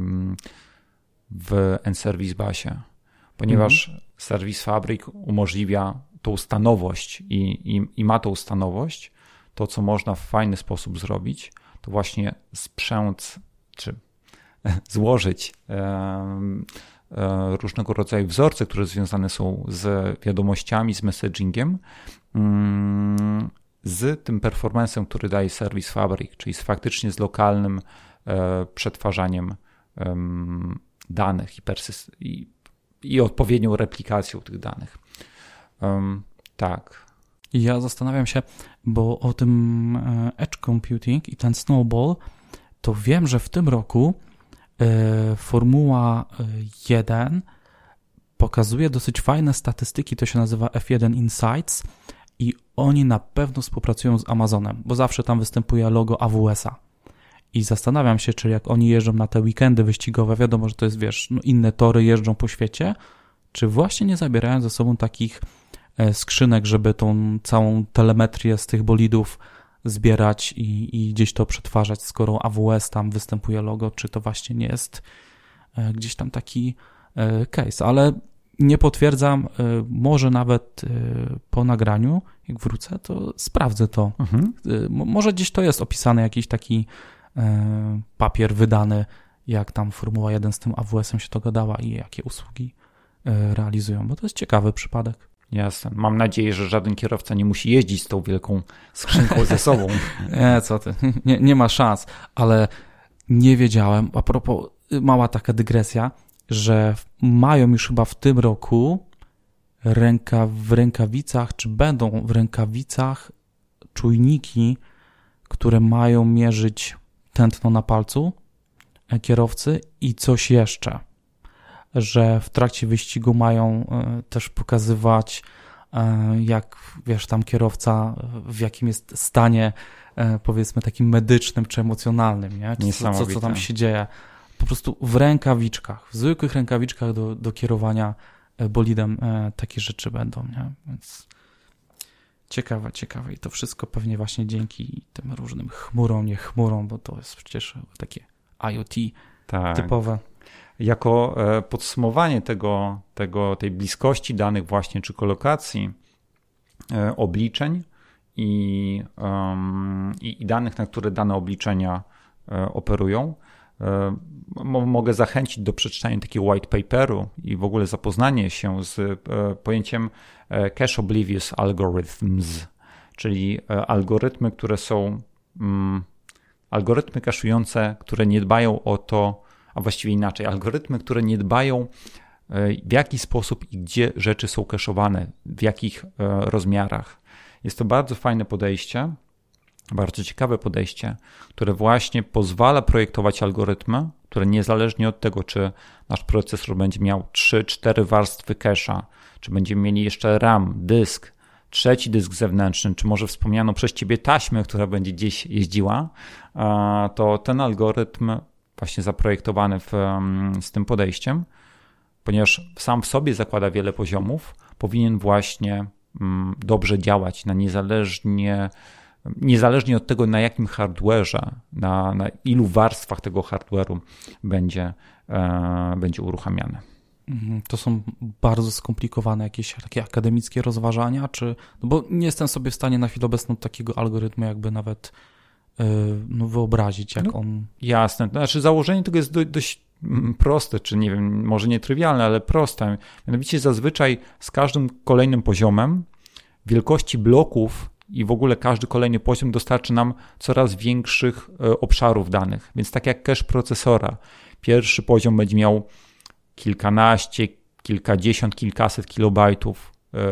w nService Busie, ponieważ Service Fabric umożliwia tą stanowość i ma tą stanowość. To, co można w fajny sposób zrobić, to właśnie sprzęt, czy złożyć różnego rodzaju wzorce, które związane są z wiadomościami, z messagingiem, z tym performancem, który daje Service Fabric, czyli faktycznie z lokalnym przetwarzaniem danych i odpowiednią replikacją tych danych. Tak. Ja zastanawiam się, bo o tym Edge Computing i ten Snowball, to wiem, że w tym roku Formuła 1 pokazuje dosyć fajne statystyki, to się nazywa F1 Insights i oni na pewno współpracują z Amazonem, bo zawsze tam występuje logo AWS-a. I zastanawiam się, czy jak oni jeżdżą na te weekendy wyścigowe, wiadomo, że to jest, inne tory jeżdżą po świecie, czy właśnie nie zabierają ze sobą takich skrzynek, żeby tą całą telemetrię z tych bolidów zbierać i gdzieś to przetwarzać, skoro AWS tam występuje logo, czy to właśnie nie jest gdzieś tam taki case, ale nie potwierdzam, może nawet po nagraniu, jak wrócę, to sprawdzę to. Może gdzieś to jest opisane, jakiś taki papier wydany, jak tam Formuła 1 z tym AWS-em się dogadała i jakie usługi realizują, bo to jest ciekawy przypadek. Jasne. Mam nadzieję, że żaden kierowca nie musi jeździć z tą wielką skrzynką ze sobą. Nie, co ty, nie ma szans, ale nie wiedziałem, a propos, mała taka dygresja, że mają już chyba w tym roku w rękawicach, czy będą w rękawicach czujniki, które mają mierzyć tętno na palcu kierowcy i coś jeszcze, że w trakcie wyścigu mają też pokazywać, jak wiesz, tam kierowca w jakim jest stanie, powiedzmy takim medycznym czy emocjonalnym, nie? Co tam się dzieje. Po prostu w rękawiczkach, w zwykłych rękawiczkach do kierowania bolidem takie rzeczy będą, nie? Więc ciekawe i to wszystko pewnie właśnie dzięki tym różnym chmurom, nie chmurom, bo to jest przecież takie IoT typowe. Jako podsumowanie tej bliskości danych właśnie, czy kolokacji, obliczeń i danych, na które dane obliczenia operują, mogę zachęcić do przeczytania takiego white paperu i w ogóle zapoznanie się z pojęciem cache oblivious algorithms, czyli algorytmy, które są algorytmy kaszujące, które nie dbają o to, a właściwie inaczej, algorytmy, które nie dbają w jaki sposób i gdzie rzeczy są kaszowane, w jakich rozmiarach. Jest to bardzo fajne podejście, bardzo ciekawe podejście, które właśnie pozwala projektować algorytmy, które niezależnie od tego, czy nasz procesor będzie miał 3-4 warstwy cache'a, czy będziemy mieli jeszcze RAM, dysk, trzeci dysk zewnętrzny, czy może wspomnianą przez Ciebie taśmę, która będzie gdzieś jeździła, to ten algorytm właśnie zaprojektowany z tym podejściem, ponieważ sam w sobie zakłada wiele poziomów, powinien właśnie dobrze działać niezależnie od tego, na jakim hardware'ze, na ilu warstwach tego hardware'u będzie uruchamiany. To są bardzo skomplikowane jakieś takie akademickie rozważania, no bo nie jestem sobie w stanie na chwilę obecną takiego algorytmu jakby nawet wyobrazić, jak on... Jasne, to znaczy założenie tego jest dość proste, czy nie wiem, może nie trywialne, ale proste. Mianowicie zazwyczaj z każdym kolejnym poziomem wielkości bloków i w ogóle każdy kolejny poziom dostarczy nam coraz większych obszarów danych. Więc tak jak cache procesora, pierwszy poziom będzie miał kilkanaście, kilkadziesiąt, kilkaset kilobajtów.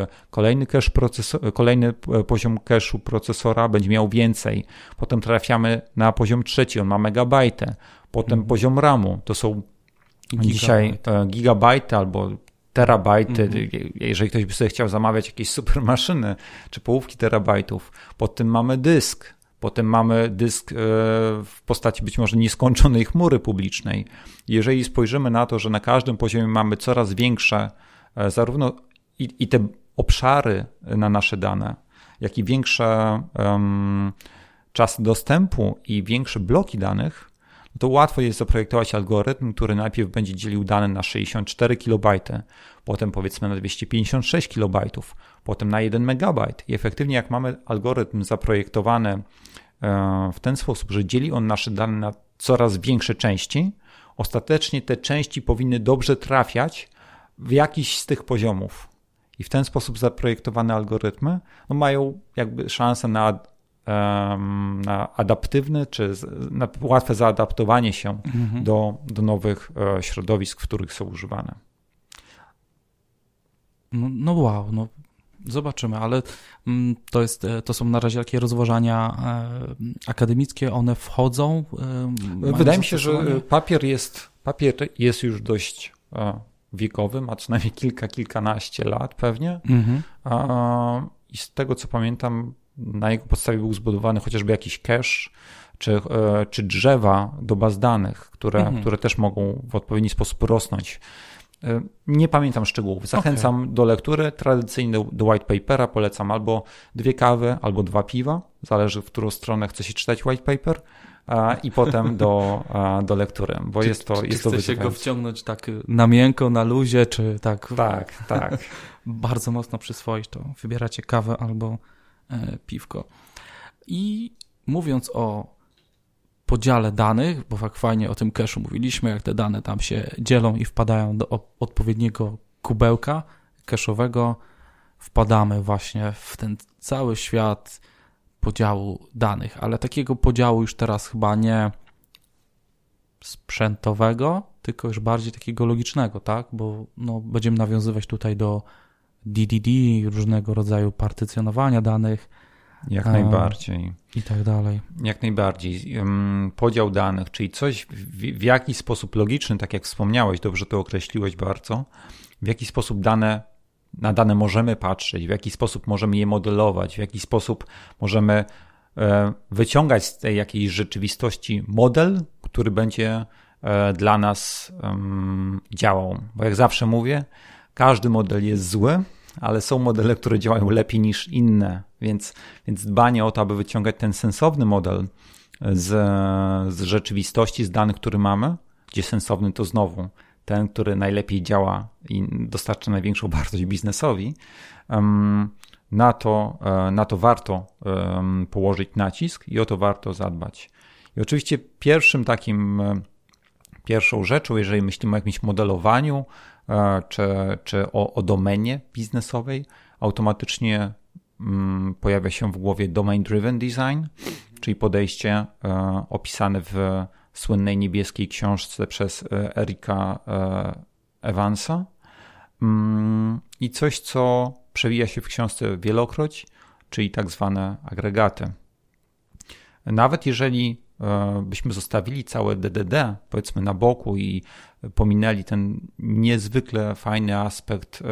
Kolejny poziom cache'u procesora będzie miał więcej. Potem trafiamy na poziom trzeci, on ma megabajty. Potem poziom RAM-u, to są dzisiaj gigabajty albo terabajty, jeżeli ktoś by sobie chciał zamawiać jakieś super maszyny, czy połówki terabajtów. Potem mamy dysk. Potem mamy dysk w postaci być może nieskończonej chmury publicznej. Jeżeli spojrzymy na to, że na każdym poziomie mamy coraz większe zarówno i te obszary na nasze dane, jak i większe czas dostępu i większe bloki danych, to łatwo jest zaprojektować algorytm, który najpierw będzie dzielił dane na 64 KB, potem powiedzmy na 256 KB, potem na 1 MB. I efektywnie jak mamy algorytm zaprojektowany w ten sposób, że dzieli on nasze dane na coraz większe części, ostatecznie te części powinny dobrze trafiać w jakiś z tych poziomów. I w ten sposób zaprojektowane algorytmy mają jakby szansę na adaptywne, czy na łatwe zaadaptowanie się do nowych środowisk, w których są używane. No wow, no zobaczymy, ale to są na razie takie rozważania akademickie, one wchodzą? Wydaje mi się, że papier jest już dość wiekowy, ma co najmniej kilkanaście lat pewnie. I z tego co pamiętam, na jego podstawie był zbudowany chociażby jakiś cache, czy drzewa do baz danych, które też mogą w odpowiedni sposób rosnąć. Nie pamiętam szczegółów. Zachęcam do lektury. Tradycyjnie do white papera polecam albo 2 kawy, albo 2 piwa. Zależy, w którą stronę chce się czytać white paper. I potem do lektury, bo jest to chce się go wciągnąć tak na miękko, na luzie, czy tak? Tak. Bardzo mocno przyswoić to. Wybieracie kawę albo piwko. I mówiąc o podziale danych, bo tak fajnie o tym cache'u mówiliśmy, jak te dane tam się dzielą i wpadają do odpowiedniego kubełka cache'owego, wpadamy właśnie w ten cały świat podziału danych, ale takiego podziału już teraz chyba nie sprzętowego, tylko już bardziej takiego logicznego, tak? Bo będziemy nawiązywać tutaj do DDD, różnego rodzaju partycjonowania danych. Jak najbardziej. I tak dalej. Jak najbardziej. Podział danych, czyli coś w jaki sposób logiczny, tak jak wspomniałeś, dobrze to określiłeś bardzo, w jaki sposób na dane możemy patrzeć, w jaki sposób możemy je modelować, w jaki sposób możemy wyciągać z tej jakiejś rzeczywistości model, który będzie dla nas działał. Bo jak zawsze mówię, każdy model jest zły, ale są modele, które działają lepiej niż inne, więc dbanie o to, aby wyciągać ten sensowny model z rzeczywistości, z danych, które mamy, gdzie sensowny to znowu ten, który najlepiej działa i dostarcza największą wartość biznesowi, na to warto położyć nacisk i o to warto zadbać. I oczywiście pierwszą rzeczą, jeżeli myślimy o jakimś modelowaniu czy o domenie biznesowej, automatycznie pojawia się w głowie domain-driven design, czyli podejście opisane w słynnej niebieskiej książce przez Erika Evansa i coś, co przewija się w książce wielokroć, czyli tak zwane agregaty. Nawet jeżeli byśmy zostawili całe DDD, powiedzmy, na boku i pominęli ten niezwykle fajny aspekt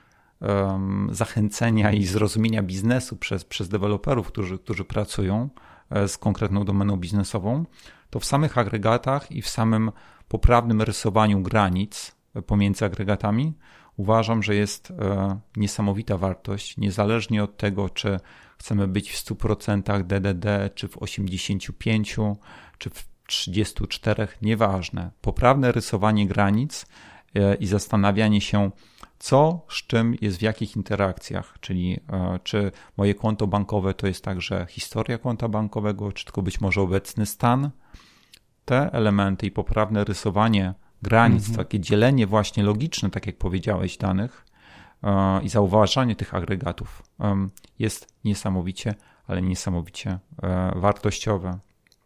zachęcenia i zrozumienia biznesu przez deweloperów, którzy pracują z konkretną domeną biznesową, to w samych agregatach i w samym poprawnym rysowaniu granic pomiędzy agregatami uważam, że jest niesamowita wartość, niezależnie od tego, czy chcemy być w 100% DDD, czy w 85%, czy w 34%, nieważne. Poprawne rysowanie granic i zastanawianie się, co z czym jest w jakich interakcjach, czyli czy moje konto bankowe to jest także historia konta bankowego, czy tylko być może obecny stan. Te elementy i poprawne rysowanie granic, takie dzielenie właśnie logiczne, tak jak powiedziałeś, danych i zauważanie tych agregatów jest niesamowicie, ale niesamowicie wartościowe.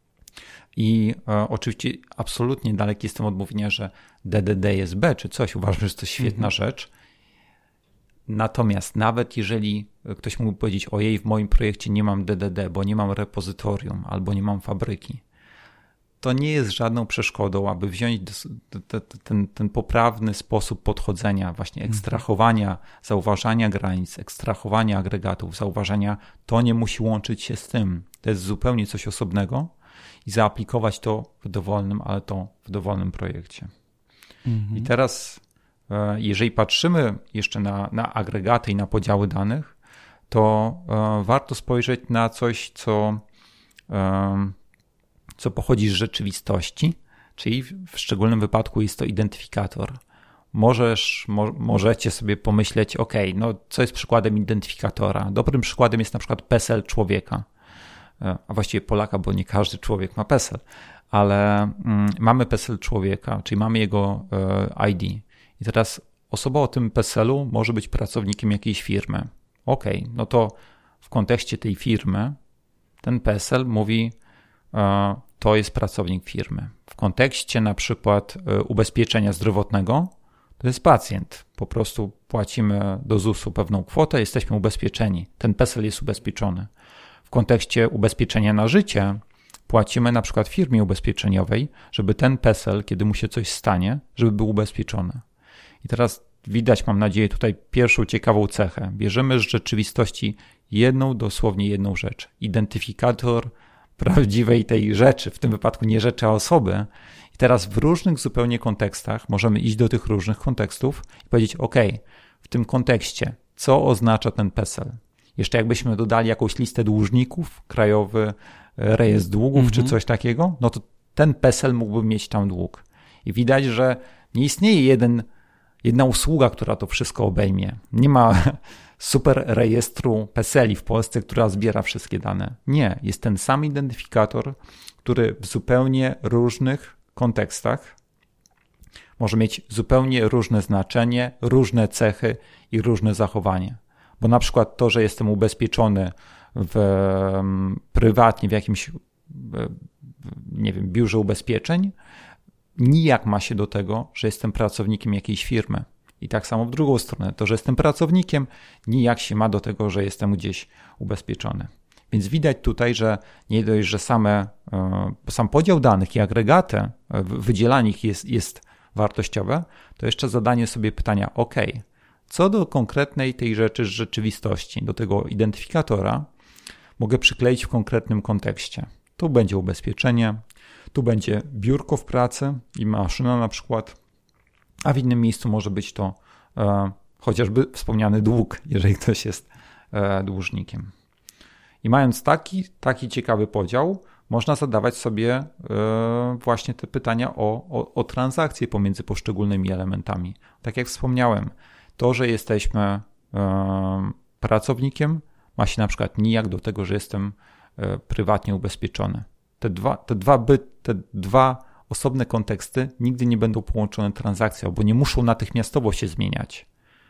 I oczywiście absolutnie daleki jestem od mówienia, że DDD jest B czy coś. Uważam, że to świetna rzecz. Natomiast nawet jeżeli ktoś mógłby powiedzieć, ojej, w moim projekcie nie mam DDD, bo nie mam repozytorium albo nie mam fabryki, to nie jest żadną przeszkodą, aby wziąć ten poprawny sposób podchodzenia, właśnie ekstrahowania, zauważania granic, ekstrahowania agregatów, zauważania, to nie musi łączyć się z tym. To jest zupełnie coś osobnego i zaaplikować to w dowolnym projekcie. I teraz, jeżeli patrzymy jeszcze na agregaty i na podziały danych, to warto spojrzeć na coś, co pochodzi z rzeczywistości, czyli w szczególnym wypadku jest to identyfikator. Możecie sobie pomyśleć, co jest przykładem identyfikatora? Dobrym przykładem jest na przykład PESEL człowieka, a właściwie Polaka, bo nie każdy człowiek ma PESEL, ale mamy PESEL człowieka, czyli mamy jego ID. I teraz osoba o tym PESEL-u może być pracownikiem jakiejś firmy. No to w kontekście tej firmy ten PESEL mówi, to jest pracownik firmy. W kontekście na przykład ubezpieczenia zdrowotnego to jest pacjent. Po prostu płacimy do ZUS-u pewną kwotę, jesteśmy ubezpieczeni. Ten PESEL jest ubezpieczony. W kontekście ubezpieczenia na życie płacimy na przykład firmie ubezpieczeniowej, żeby ten PESEL, kiedy mu się coś stanie, żeby był ubezpieczony. I teraz widać, mam nadzieję, tutaj pierwszą ciekawą cechę. Bierzemy z rzeczywistości dosłownie jedną rzecz. Identyfikator prawdziwej tej rzeczy, w tym wypadku nie rzeczy, a osoby. I teraz w różnych zupełnie kontekstach możemy iść do tych różnych kontekstów i powiedzieć, OK, w tym kontekście, co oznacza ten PESEL? Jeszcze jakbyśmy dodali jakąś listę dłużników, krajowy rejestr długów czy coś takiego, no to ten PESEL mógłby mieć tam dług. I widać, że nie istnieje jedna usługa, która to wszystko obejmie. Nie ma super rejestru PESEL-i w Polsce, która zbiera wszystkie dane. Nie, jest ten sam identyfikator, który w zupełnie różnych kontekstach może mieć zupełnie różne znaczenie, różne cechy i różne zachowanie. Bo na przykład to, że jestem ubezpieczony prywatnie w jakimś, nie wiem, biurze ubezpieczeń, nijak ma się do tego, że jestem pracownikiem jakiejś firmy. I tak samo w drugą stronę. To, że jestem pracownikiem, nijak się ma do tego, że jestem gdzieś ubezpieczony. Więc widać tutaj, że nie dość, że sam podział danych i agregaty, wydzielanie ich jest wartościowe, to jeszcze zadanie sobie pytania, OK, co do konkretnej tej rzeczy z rzeczywistości, do tego identyfikatora mogę przykleić w konkretnym kontekście. Tu będzie ubezpieczenie, tu będzie biurko w pracy i maszyna na przykład, a w innym miejscu może być to chociażby wspomniany dług, jeżeli ktoś jest dłużnikiem. I mając taki ciekawy podział, można zadawać sobie właśnie te pytania o transakcje pomiędzy poszczególnymi elementami. Tak jak wspomniałem, to, że jesteśmy pracownikiem, ma się na przykład nijak do tego, że jestem prywatnie ubezpieczony. Te dwa osobne konteksty nigdy nie będą połączone transakcją, bo nie muszą natychmiastowo się zmieniać.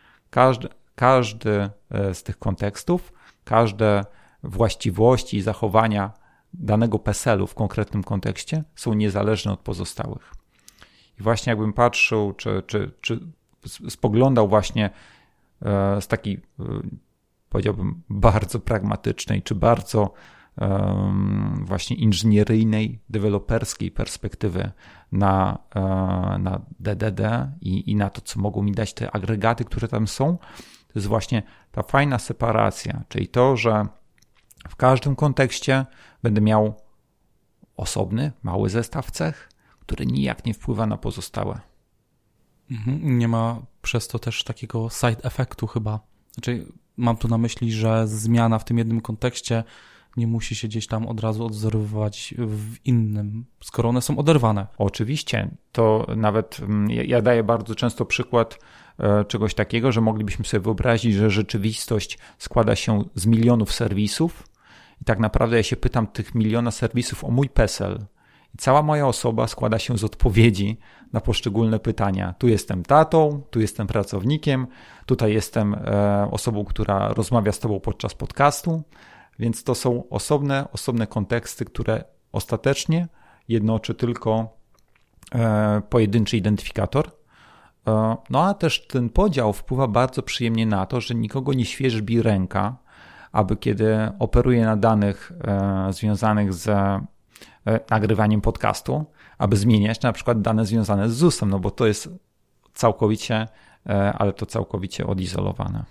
Każdy z tych kontekstów, każde właściwości i zachowania danego PESEL-u w konkretnym kontekście są niezależne od pozostałych. I właśnie jakbym patrzył, czy spoglądał właśnie z takiej, powiedziałbym, bardzo pragmatycznej, czy bardzo właśnie inżynieryjnej, deweloperskiej perspektywy na DDD i na to, co mogą mi dać te agregaty, które tam są, to jest właśnie ta fajna separacja, czyli to, że w każdym kontekście będę miał osobny, mały zestaw cech, który nijak nie wpływa na pozostałe. Nie ma przez to też takiego side effectu chyba. Znaczy, mam tu na myśli, że zmiana w tym jednym kontekście nie musi się gdzieś tam od razu odwzorowywać w innym, skoro one są oderwane. Oczywiście. To nawet ja daję bardzo często przykład czegoś takiego, że moglibyśmy sobie wyobrazić, że rzeczywistość składa się z milionów serwisów i tak naprawdę ja się pytam tych miliona serwisów o mój PESEL. I cała moja osoba składa się z odpowiedzi na poszczególne pytania. Tu jestem tatą, tu jestem pracownikiem, tutaj jestem osobą, która rozmawia z tobą podczas podcastu, więc to są osobne konteksty, które ostatecznie jednoczy tylko pojedynczy identyfikator. No a też ten podział wpływa bardzo przyjemnie na to, że nikogo nie świerzbi ręka, aby kiedy operuje na danych związanych z nagrywaniem podcastu, aby zmieniać na przykład dane związane z ZUS-em, no bo to jest całkowicie odizolowane.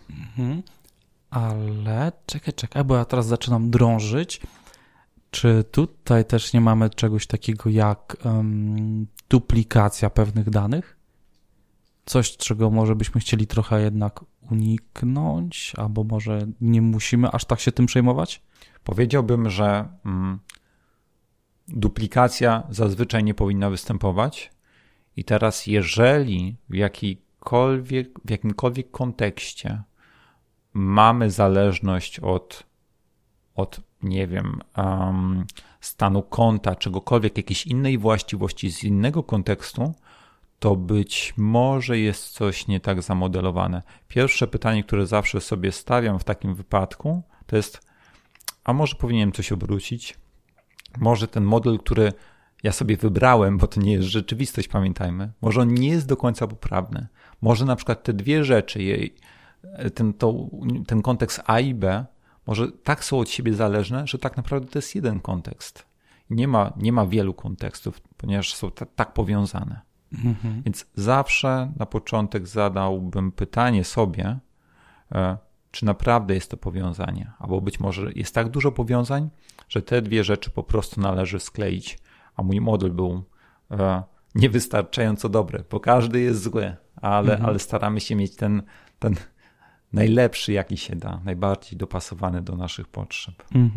Ale czekaj, bo ja teraz zaczynam drążyć. Czy tutaj też nie mamy czegoś takiego jak duplikacja pewnych danych? Coś, czego może byśmy chcieli trochę jednak uniknąć, albo może nie musimy aż tak się tym przejmować? Powiedziałbym, że duplikacja zazwyczaj nie powinna występować i teraz jeżeli w jakimkolwiek kontekście mamy zależność od nie wiem, stanu konta, czegokolwiek, jakiejś innej właściwości z innego kontekstu, to być może jest coś nie tak zamodelowane. Pierwsze pytanie, które zawsze sobie stawiam w takim wypadku, to jest, a może powinienem coś obrócić? Może ten model, który ja sobie wybrałem, bo to nie jest rzeczywistość, pamiętajmy, może on nie jest do końca poprawny. Może na przykład te dwie rzeczy, ten kontekst A i B, może tak są od siebie zależne, że tak naprawdę to jest jeden kontekst. Nie ma wielu kontekstów, ponieważ są tak powiązane. Więc zawsze na początek zadałbym pytanie sobie, czy naprawdę jest to powiązanie, albo być może jest tak dużo powiązań, że te dwie rzeczy po prostu należy skleić, a mój model był niewystarczająco dobry, bo każdy jest zły, ale staramy się mieć ten najlepszy, jaki się da, najbardziej dopasowany do naszych potrzeb.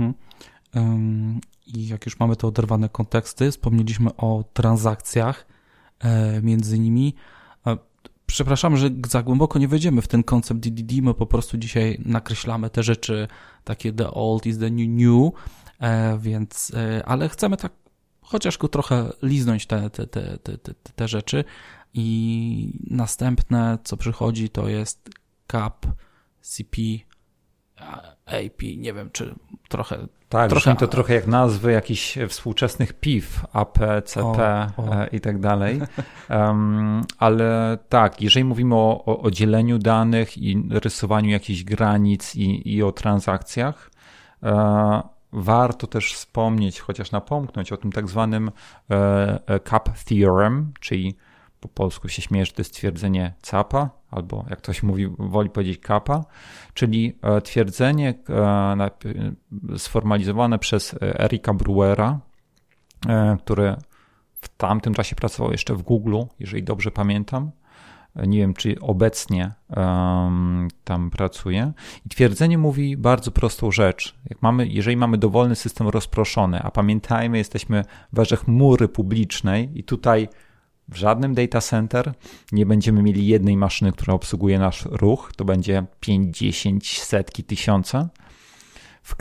I jak już mamy te oderwane konteksty, wspomnieliśmy o transakcjach między nimi. Przepraszam, że za głęboko nie wejdziemy w ten koncept DDD, my po prostu dzisiaj nakreślamy te rzeczy, takie the old is the new, więc, ale chcemy tak chociaż trochę liznąć te rzeczy i następne, co przychodzi, to jest CAP, CP, AP, nie wiem, czy trochę... Tak, to trochę jak nazwy jakichś współczesnych PIF, AP, CP i tak dalej. Ale tak, jeżeli mówimy o dzieleniu danych i rysowaniu jakichś granic i o transakcjach, warto też wspomnieć, chociaż napomknąć o tym tak zwanym CAP Theorem, czyli po polsku się śmieje, że to jest twierdzenie CAPA, albo jak ktoś mówi, woli powiedzieć CAPA, czyli twierdzenie sformalizowane przez Erika Breuera, który w tamtym czasie pracował jeszcze w Google, jeżeli dobrze pamiętam. Nie wiem, czy obecnie tam pracuje. I twierdzenie mówi bardzo prostą rzecz. Jeżeli mamy dowolny system rozproszony, a pamiętajmy, jesteśmy w erze chmury publicznej i tutaj w żadnym data center nie będziemy mieli jednej maszyny, która obsługuje nasz ruch. To będzie 5, 10, setki, tysiące. W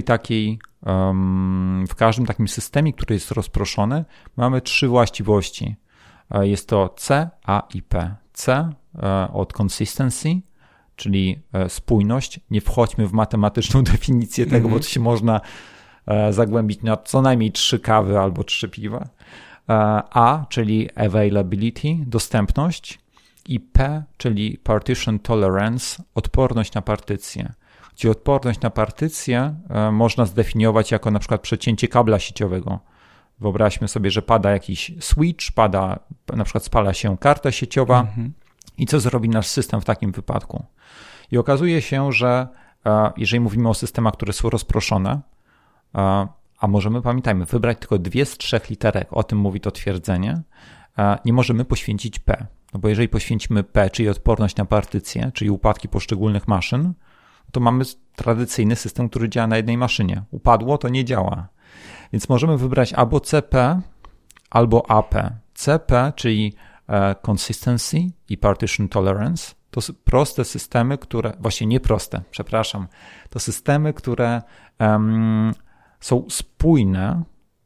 każdym takim systemie, który jest rozproszony, mamy 3 właściwości. Jest to C, A i P. C od consistency, czyli spójność. Nie wchodźmy w matematyczną definicję tego, bo to się można zagłębić na co najmniej 3 kawy albo 3 piwa. A, czyli availability, dostępność, i P, czyli partition tolerance, odporność na partycję. Gdzie odporność na partycję można zdefiniować jako na przykład przecięcie kabla sieciowego. Wyobraźmy sobie, że pada jakiś switch, na przykład spala się karta sieciowa i co zrobi nasz system w takim wypadku? I okazuje się, że jeżeli mówimy o systemach, które są rozproszone, a możemy, pamiętajmy, wybrać tylko 2 z 3 literek, o tym mówi to twierdzenie, nie możemy poświęcić P. No bo jeżeli poświęcimy P, czyli odporność na partycję, czyli upadki poszczególnych maszyn, to mamy tradycyjny system, który działa na jednej maszynie. Upadło, to nie działa. Więc możemy wybrać albo CP, albo AP. CP, czyli consistency i partition tolerance, to proste systemy, właśnie nieproste, przepraszam, to systemy, które są spójne,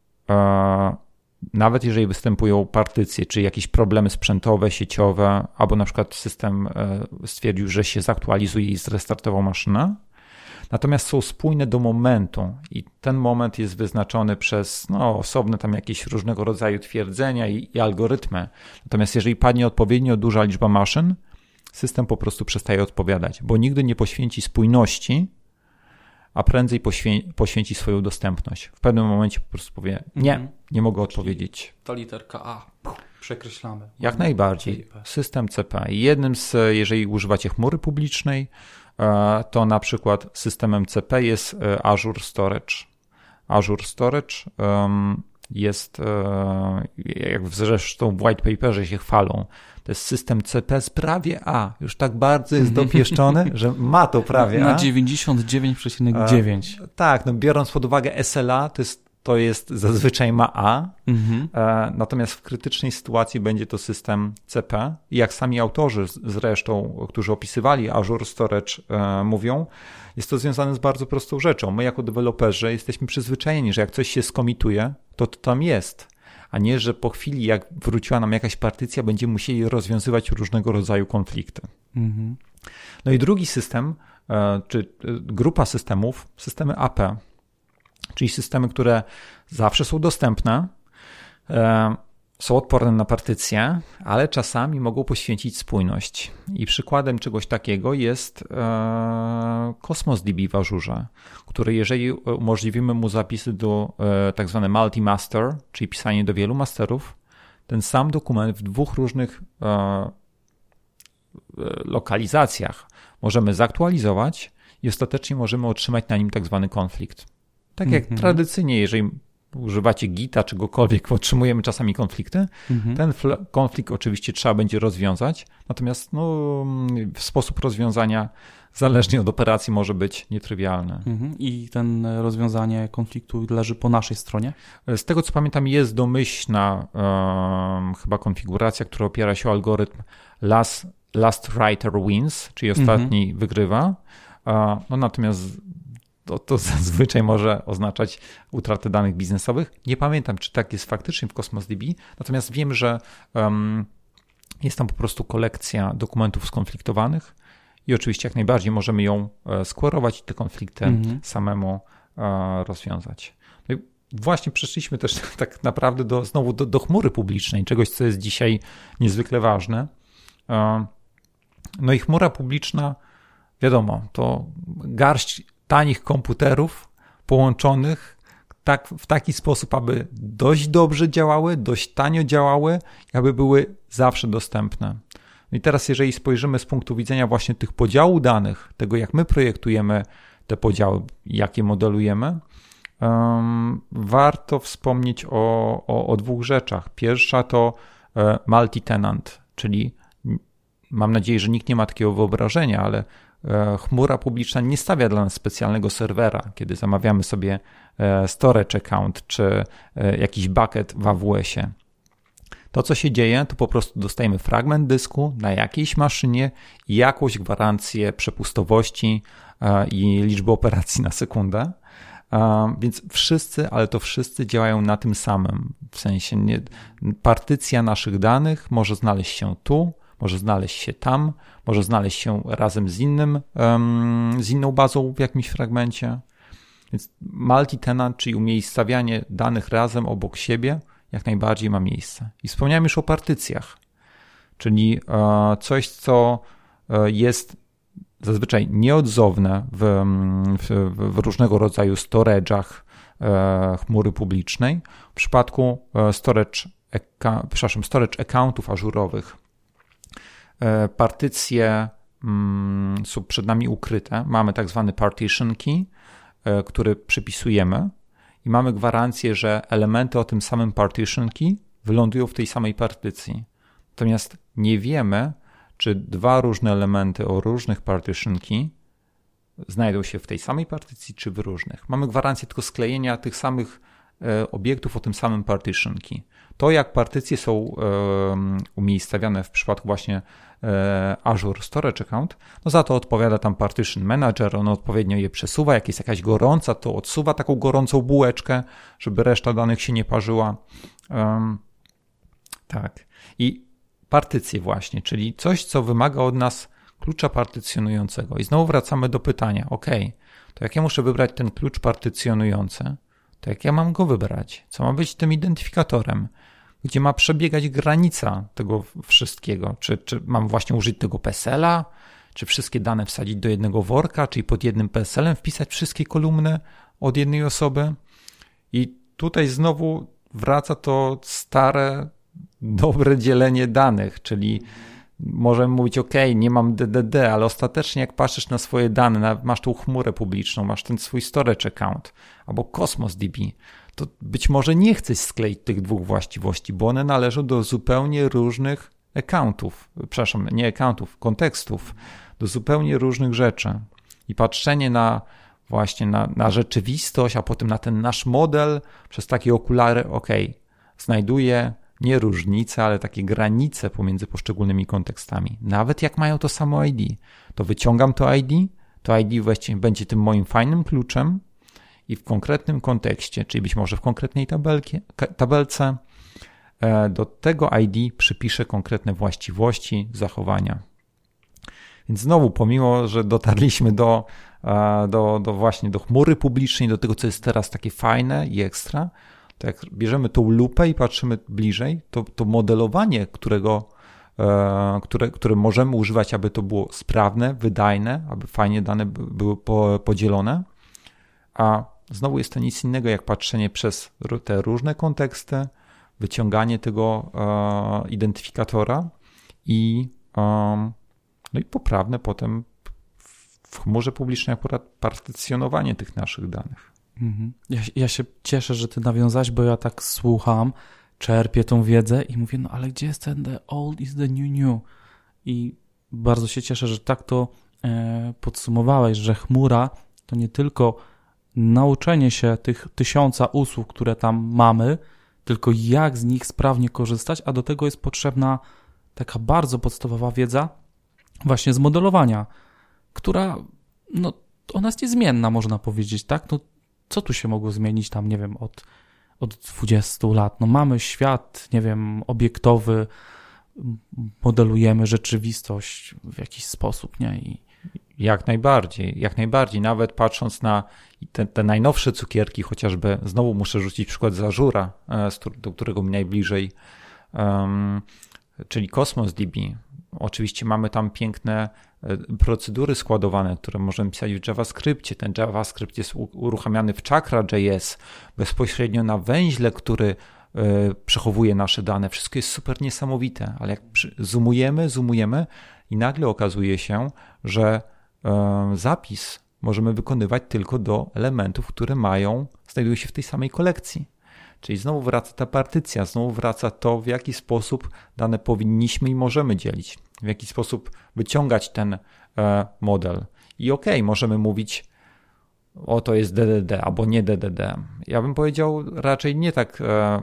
nawet jeżeli występują partycje, czy jakieś problemy sprzętowe, sieciowe, albo na przykład system stwierdził, że się zaktualizuje i zrestartował maszynę. Natomiast są spójne do momentu i ten moment jest wyznaczony przez osobne tam jakieś różnego rodzaju twierdzenia i algorytmy. Natomiast jeżeli padnie odpowiednio duża liczba maszyn, system po prostu przestaje odpowiadać, bo nigdy nie poświęci spójności, a prędzej poświęci swoją dostępność. W pewnym momencie po prostu powie, nie mogę odpowiedzieć. To literka A. Przekreślamy. Jak najbardziej. System CP. Jeżeli używacie chmury publicznej, to na przykład systemem CP jest Azure Storage. Azure Storage jest, jak zresztą w white paperze się chwalą, to jest system CP z prawie A. Już tak bardzo jest dopieszczony, że ma to prawie A. Na 99,9. Tak, biorąc pod uwagę SLA, to jest zazwyczaj ma A, natomiast w krytycznej sytuacji będzie to system CP. I jak sami autorzy zresztą, którzy opisywali Azure Storage, mówią, jest to związane z bardzo prostą rzeczą. My jako deweloperzy jesteśmy przyzwyczajeni, że jak coś się skomituje, to tam jest, a nie, że po chwili, jak wróciła nam jakaś partycja, będziemy musieli rozwiązywać różnego rodzaju konflikty. No i drugi system, czy grupa systemów, systemy AP, czyli systemy, które zawsze są dostępne, są odporne na partycje, ale czasami mogą poświęcić spójność. I przykładem czegoś takiego jest Cosmos DB w Azurze, który jeżeli umożliwimy mu zapisy do tak zwane multi-master, czyli pisanie do wielu masterów, ten sam dokument w 2 różnych lokalizacjach możemy zaktualizować i ostatecznie możemy otrzymać na nim tak zwany konflikt. Tak jak tradycyjnie, jeżeli używacie Gita, czegokolwiek, otrzymujemy czasami konflikty, ten konflikt oczywiście trzeba będzie rozwiązać, natomiast sposób rozwiązania zależnie od operacji może być nietrywialny. I ten rozwiązanie konfliktu leży po naszej stronie? Z tego co pamiętam jest domyślna chyba konfiguracja, która opiera się o algorytm last writer wins, czyli ostatni wygrywa. Natomiast to zazwyczaj może oznaczać utratę danych biznesowych. Nie pamiętam, czy tak jest faktycznie w Cosmos DB, natomiast wiem, że jest tam po prostu kolekcja dokumentów skonfliktowanych i oczywiście jak najbardziej możemy ją skwerować i te konflikty samemu rozwiązać. No i właśnie przeszliśmy też tak naprawdę znowu do chmury publicznej, czegoś, co jest dzisiaj niezwykle ważne. No i chmura publiczna, wiadomo, to garść tanich komputerów połączonych w taki sposób, aby dość dobrze działały, dość tanio działały, aby były zawsze dostępne. No i teraz jeżeli spojrzymy z punktu widzenia właśnie tych podziału danych, tego jak my projektujemy te podziały, jak je modelujemy, warto wspomnieć o dwóch rzeczach. Pierwsza to multi-tenant, czyli mam nadzieję, że nikt nie ma takiego wyobrażenia, ale chmura publiczna nie stawia dla nas specjalnego serwera, kiedy zamawiamy sobie storage account czy jakiś bucket w AWS-ie. To, co się dzieje, to po prostu dostajemy fragment dysku na jakiejś maszynie i jakąś gwarancję przepustowości i liczby operacji na sekundę. Więc wszyscy, ale to wszyscy działają na tym samym. W sensie partycja naszych danych może znaleźć się tu, może znaleźć się tam, może znaleźć się razem z inną bazą w jakimś fragmencie. Więc multi-tenant, czyli umiejscawianie danych razem obok siebie, jak najbardziej ma miejsce. I wspomniałem już o partycjach, czyli coś, co jest zazwyczaj nieodzowne w różnego rodzaju storage'ach chmury publicznej. W przypadku storage accountów ażurowych partycje są przed nami ukryte. Mamy tak zwany partition key, który przypisujemy i mamy gwarancję, że elementy o tym samym partition key wylądują w tej samej partycji. Natomiast nie wiemy, czy dwa różne elementy o różnych partition key znajdą się w tej samej partycji, czy w różnych. Mamy gwarancję tylko sklejenia tych samych obiektów o tym samym partition key. To, jak partycje są umiejscawiane w przypadku właśnie Azure Storage Account, no za to odpowiada tam Partition Manager, on odpowiednio je przesuwa, jak jest jakaś gorąca, to odsuwa taką gorącą bułeczkę, żeby reszta danych się nie parzyła. Tak. I partycje właśnie, czyli coś, co wymaga od nas klucza partycjonującego. I znowu wracamy do pytania, to jak ja muszę wybrać ten klucz partycjonujący, to jak ja mam go wybrać? Co ma być tym identyfikatorem? Gdzie ma przebiegać granica tego wszystkiego? Czy mam właśnie użyć tego PESEL-a? Czy wszystkie dane wsadzić do jednego worka? Czyli pod jednym PESEL-em wpisać wszystkie kolumny od jednej osoby? I tutaj znowu wraca to stare, dobre dzielenie danych, czyli możemy mówić, nie mam DDD, ale ostatecznie jak patrzysz na swoje dane, masz tą chmurę publiczną, masz ten swój storage account albo Cosmos DB, to być może nie chcesz skleić tych dwóch właściwości, bo one należą do zupełnie różnych kontekstów, do zupełnie różnych rzeczy. I patrzenie na rzeczywistość, a potem na ten nasz model przez takie okulary, znajduje nie różnice, ale takie granice pomiędzy poszczególnymi kontekstami. Nawet jak mają to samo ID, to wyciągam to ID właściwie będzie tym moim fajnym kluczem i w konkretnym kontekście, czyli być może w konkretnej tabelce, do tego ID przypiszę konkretne właściwości, zachowania. Więc znowu, pomimo że dotarliśmy do chmury publicznej, do tego, co jest teraz takie fajne i ekstra, to jak bierzemy tą lupę i patrzymy bliżej, to modelowanie, które możemy używać, aby to było sprawne, wydajne, aby fajnie dane były podzielone, a znowu jest to nic innego jak patrzenie przez te różne konteksty, wyciąganie tego identyfikatora i poprawne potem w chmurze publicznej akurat partycjonowanie tych naszych danych. Ja się cieszę, że ty nawiązałeś, bo ja tak słucham, czerpię tą wiedzę i mówię, no ale gdzie jest ten the old is the new? I bardzo się cieszę, że tak to podsumowałeś, że chmura to nie tylko nauczenie się tych 1000 usług, które tam mamy, tylko jak z nich sprawnie korzystać, a do tego jest potrzebna taka bardzo podstawowa wiedza właśnie z modelowania, która, no, ona jest niezmienna, można powiedzieć, tak? No, co tu się mogło zmienić tam, nie wiem, od 20 lat? No, mamy świat, nie wiem, obiektowy, modelujemy rzeczywistość w jakiś sposób, nie? Jak najbardziej. Nawet patrząc na te najnowsze cukierki, chociażby, znowu muszę rzucić przykład z Azura, do którego mi najbliżej, czyli Cosmos DB. Oczywiście mamy tam piękne procedury składowane, które możemy pisać w JavaScriptie. Ten JavaScript jest uruchamiany w Chakra.js bezpośrednio na węźle, który przechowuje nasze dane. Wszystko jest super niesamowite, ale jak zoomujemy i nagle okazuje się, że zapis możemy wykonywać tylko do elementów, które znajdują się w tej samej kolekcji. Czyli znowu wraca ta partycja, znowu wraca to, w jaki sposób dane powinniśmy i możemy dzielić, w jaki sposób wyciągać ten model. I możemy mówić, to jest DDD albo nie DDD. Ja bym powiedział raczej nie tak,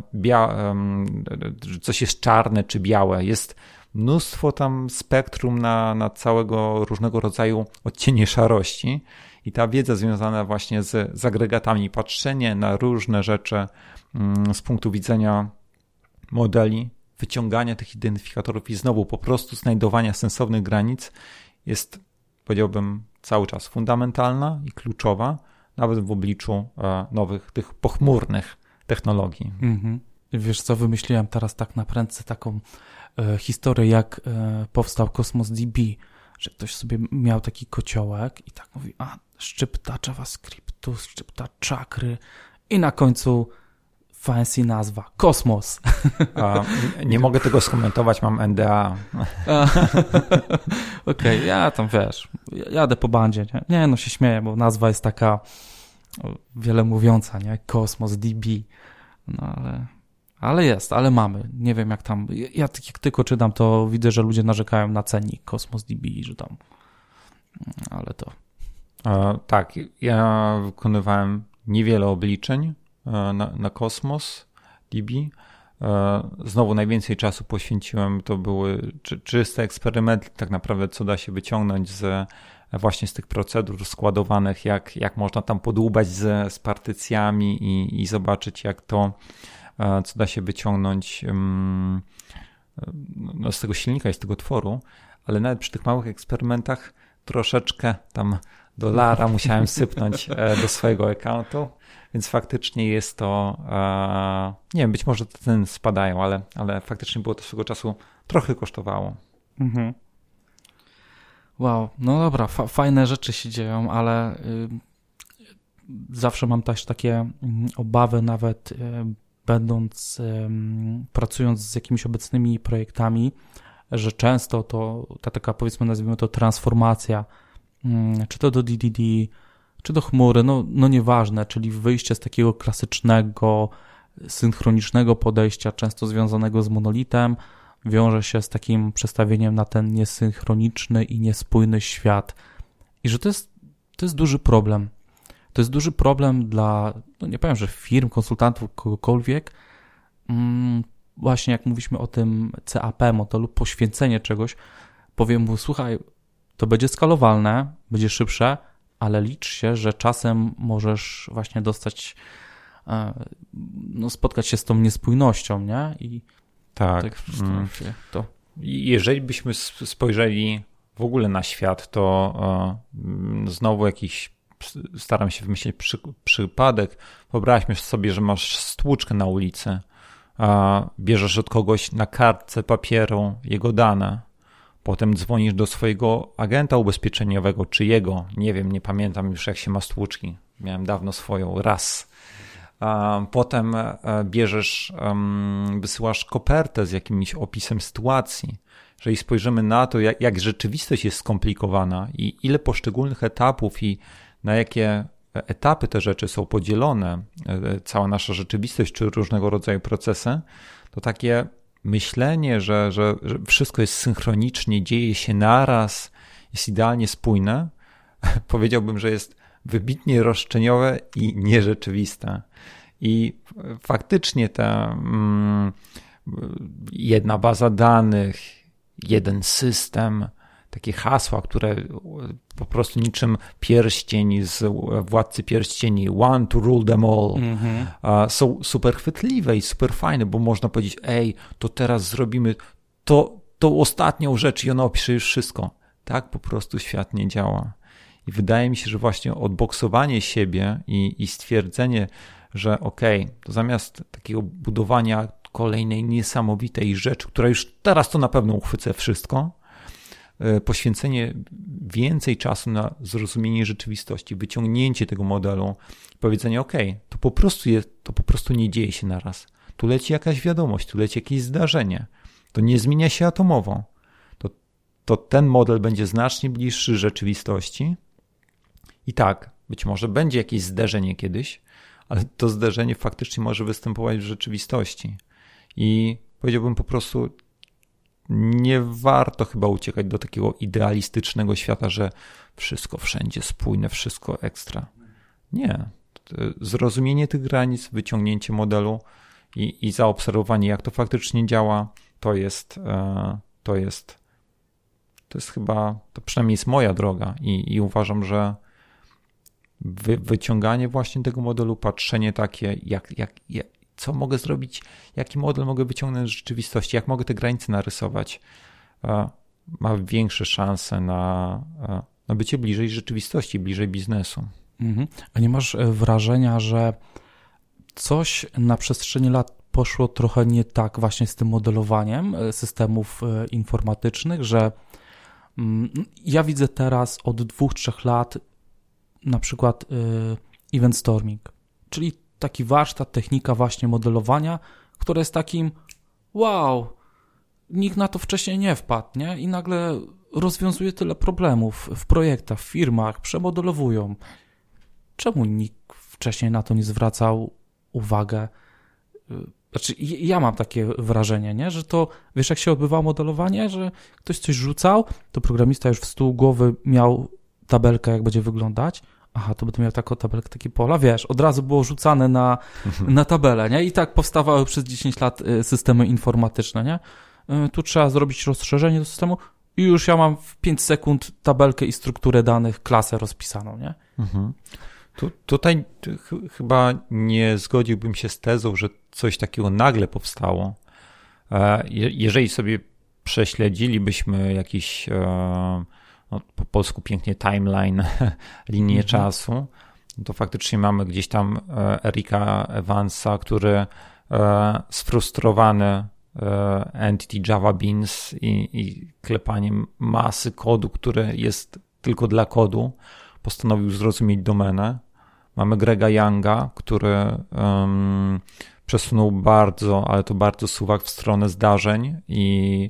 coś jest czarne czy białe. Jest mnóstwo tam spektrum na całego różnego rodzaju odcienie szarości i ta wiedza związana właśnie z agregatami, patrzenie na różne rzeczy z punktu widzenia modeli, wyciągania tych identyfikatorów i znowu po prostu znajdowania sensownych granic jest, powiedziałbym, cały czas fundamentalna i kluczowa, nawet w obliczu nowych, tych pochmurnych technologii. Wiesz co, wymyśliłem teraz tak na prędce taką historię, jak powstał Cosmos DB, że ktoś sobie miał taki kociołek i tak mówi, szczypta JavaScriptu, szczypta czakry i na końcu fancy nazwa, Kosmos. Nie mogę tego skomentować, mam NDA. Okej, ja tam wiesz, jadę po bandzie, nie, no się śmieję, bo nazwa jest taka wiele mówiąca, nie, Cosmos DB, no ale mamy, nie wiem jak tam, ja jak tylko czytam, to widzę, że ludzie narzekają na cennik Cosmos DB, że tam, ale to. Tak, ja wykonywałem niewiele obliczeń na Cosmos DB. Znowu najwięcej czasu poświęciłem, to były czyste eksperymenty, tak naprawdę co da się wyciągnąć właśnie z tych procedur składowanych, jak można tam podłubać z partycjami i zobaczyć jak to, co da się wyciągnąć z tego silnika i z tego tworu, ale nawet przy tych małych eksperymentach troszeczkę tam dolara musiałem sypnąć do swojego accountu, więc faktycznie jest to, nie wiem, być może te ceny spadają, ale faktycznie było to swego czasu trochę kosztowało. Wow, no dobra, fajne rzeczy się dzieją, ale zawsze mam też takie obawy, nawet pracując z jakimiś obecnymi projektami, że często ta taka, powiedzmy, nazwijmy to transformacja, czy to do DDD, czy do chmury, no nieważne, czyli wyjście z takiego klasycznego, synchronicznego podejścia, często związanego z monolitem, wiąże się z takim przestawieniem na ten niesynchroniczny i niespójny świat. I że to jest duży problem. To jest duży problem dla, no nie powiem, że firm, konsultantów, kogokolwiek. Właśnie jak mówiliśmy o tym CAP modelu, poświęcenie czegoś, powiem mu, słuchaj, to będzie skalowalne, będzie szybsze, ale licz się, że czasem możesz właśnie spotkać się z tą niespójnością, nie? I tak to. Jeżeli byśmy spojrzeli w ogóle na świat, to znowu staram się wymyślić przypadek. Wyobraźmy sobie, że masz stłuczkę na ulicy, bierzesz od kogoś na kartce papieru jego dane, potem dzwonisz do swojego agenta ubezpieczeniowego, czy jego, nie wiem, nie pamiętam już jak się ma stłuczki, miałem dawno swoją, raz. Potem wysyłasz kopertę z jakimś opisem sytuacji. Jeżeli spojrzymy na to, jak rzeczywistość jest skomplikowana i ile poszczególnych etapów i na jakie etapy te rzeczy są podzielone, cała nasza rzeczywistość czy różnego rodzaju procesy, to takie myślenie, że wszystko jest synchronicznie, dzieje się naraz, jest idealnie spójne, powiedziałbym, że jest wybitnie roszczeniowe i nierzeczywiste. I faktycznie ta jedna baza danych, jeden system, takie hasła, które po prostu niczym pierścień z Władcy Pierścieni, one to rule them all, są super chwytliwe i super fajne, bo można powiedzieć, to teraz zrobimy tą ostatnią rzecz i ona opisze już wszystko. Tak po prostu świat nie działa. I wydaje mi się, że właśnie odboksowanie siebie i stwierdzenie, że to zamiast takiego budowania kolejnej niesamowitej rzeczy, która już teraz to na pewno uchwycę wszystko, poświęcenie więcej czasu na zrozumienie rzeczywistości, wyciągnięcie tego modelu, powiedzenie, to po prostu nie dzieje się naraz. Tu leci jakaś wiadomość, tu leci jakieś zdarzenie. To nie zmienia się atomowo. To ten model będzie znacznie bliższy rzeczywistości. I tak, być może będzie jakieś zderzenie kiedyś, ale to zderzenie faktycznie może występować w rzeczywistości. I powiedziałbym po prostu, nie warto chyba uciekać do takiego idealistycznego świata, że wszystko wszędzie spójne, wszystko ekstra. Nie. Zrozumienie tych granic, wyciągnięcie modelu i zaobserwowanie, jak to faktycznie działa, to jest chyba, to przynajmniej jest moja droga i uważam, że wyciąganie właśnie tego modelu, patrzenie takie, co mogę zrobić, jaki model mogę wyciągnąć z rzeczywistości, jak mogę te granice narysować, ma większe szanse na bycie bliżej rzeczywistości, bliżej biznesu. A nie masz wrażenia, że coś na przestrzeni lat poszło trochę nie tak właśnie z tym modelowaniem systemów informatycznych, że ja widzę teraz od 2-3 lat na przykład event storming, czyli taki warsztat, technika właśnie modelowania, która jest takim nikt na to wcześniej nie wpadł, nie? I nagle rozwiązuje tyle problemów w projektach, w firmach, przemodelowują. Czemu nikt wcześniej na to nie zwracał uwagi? Znaczy, ja mam takie wrażenie, nie? Że to, wiesz, jak się odbywało modelowanie, że ktoś coś rzucał, to programista już w stół głowy miał tabelkę, jak będzie wyglądać. To będę miał taką tabelkę, takie pola, wiesz, od razu było rzucane na tabelę, nie? I tak powstawały przez 10 lat systemy informatyczne, nie? Tu trzeba zrobić rozszerzenie do systemu i już ja mam w 5 sekund tabelkę i strukturę danych, klasę rozpisaną, nie? Tutaj chyba nie zgodziłbym się z tezą, że coś takiego nagle powstało. Jeżeli sobie prześledzilibyśmy jakiś po polsku pięknie timeline, linię czasu, to faktycznie mamy gdzieś tam Erika Evansa, który sfrustrowany Entity Java Beans i klepaniem masy kodu, który jest tylko dla kodu, postanowił zrozumieć domenę. Mamy Grega Younga, który przesunął ale to bardzo suwak w stronę zdarzeń i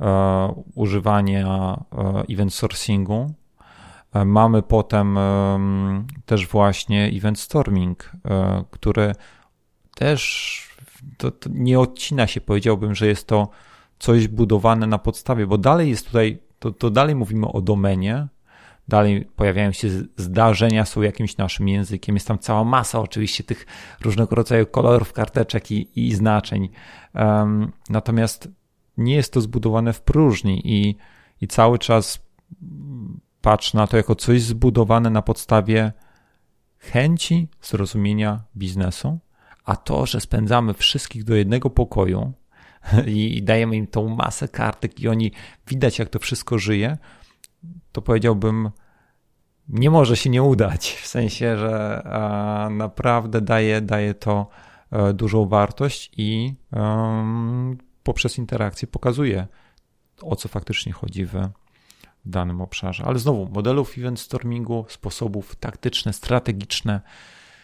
używania event sourcingu. Mamy potem też właśnie event storming, który też to nie odcina się, powiedziałbym, że jest to coś budowane na podstawie, bo dalej jest tutaj, to dalej mówimy o domenie, dalej pojawiają się zdarzenia, są jakimś naszym językiem, jest tam cała masa oczywiście tych różnego rodzaju kolorów, karteczek i znaczeń. Natomiast nie jest to zbudowane w próżni i cały czas patrz na to jako coś zbudowane na podstawie chęci zrozumienia biznesu, a to, że spędzamy wszystkich do jednego pokoju i dajemy im tą masę kartek i oni widać, jak to wszystko żyje, to powiedziałbym, nie może się nie udać. W sensie, że naprawdę daje to dużą wartość i poprzez interakcję pokazuje, o co faktycznie chodzi w danym obszarze. Ale znowu, modelów event stormingu, sposobów taktyczne, strategiczne,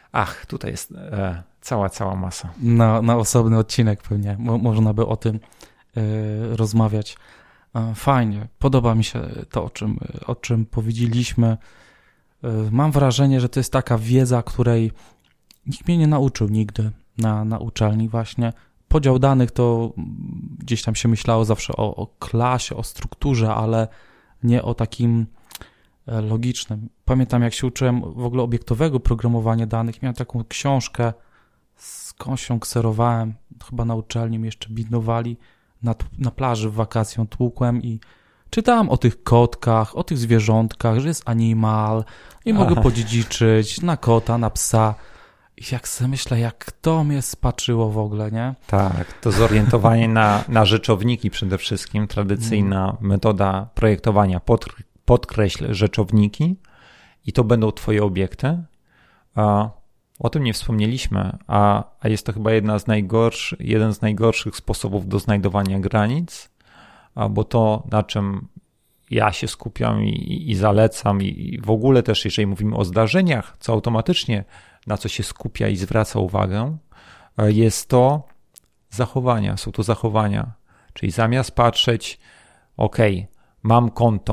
Tutaj jest cała masa. Na osobny odcinek pewnie można by o tym rozmawiać. Fajnie, podoba mi się to, o czym powiedzieliśmy. Mam wrażenie, że to jest taka wiedza, której nikt mnie nie nauczył nigdy na uczelni właśnie. Podział danych to gdzieś tam się myślało zawsze o klasie, o strukturze, ale nie o takim logicznym. Pamiętam, jak się uczyłem w ogóle obiektowego programowania danych, miałem taką książkę, skądś ją kserowałem, chyba na uczelni mnie jeszcze bidnowali, na plaży w wakacje tłukłem i czytałem o tych kotkach, o tych zwierzątkach, że jest animal i mogę podziedziczyć na kota, na psa. I jak sobie myślę, jak to mnie spaczyło w ogóle, nie? Tak, to zorientowanie na rzeczowniki przede wszystkim, tradycyjna metoda projektowania, podkreśl rzeczowniki i to będą twoje obiekty. O tym nie wspomnieliśmy, a jest to chyba jeden z najgorszych sposobów do znajdowania granic, bo to, na czym ja się skupiam i zalecam i w ogóle też, jeżeli mówimy o zdarzeniach, co automatycznie na co się skupia i zwraca uwagę, jest to zachowania, są to zachowania. Czyli zamiast patrzeć, mam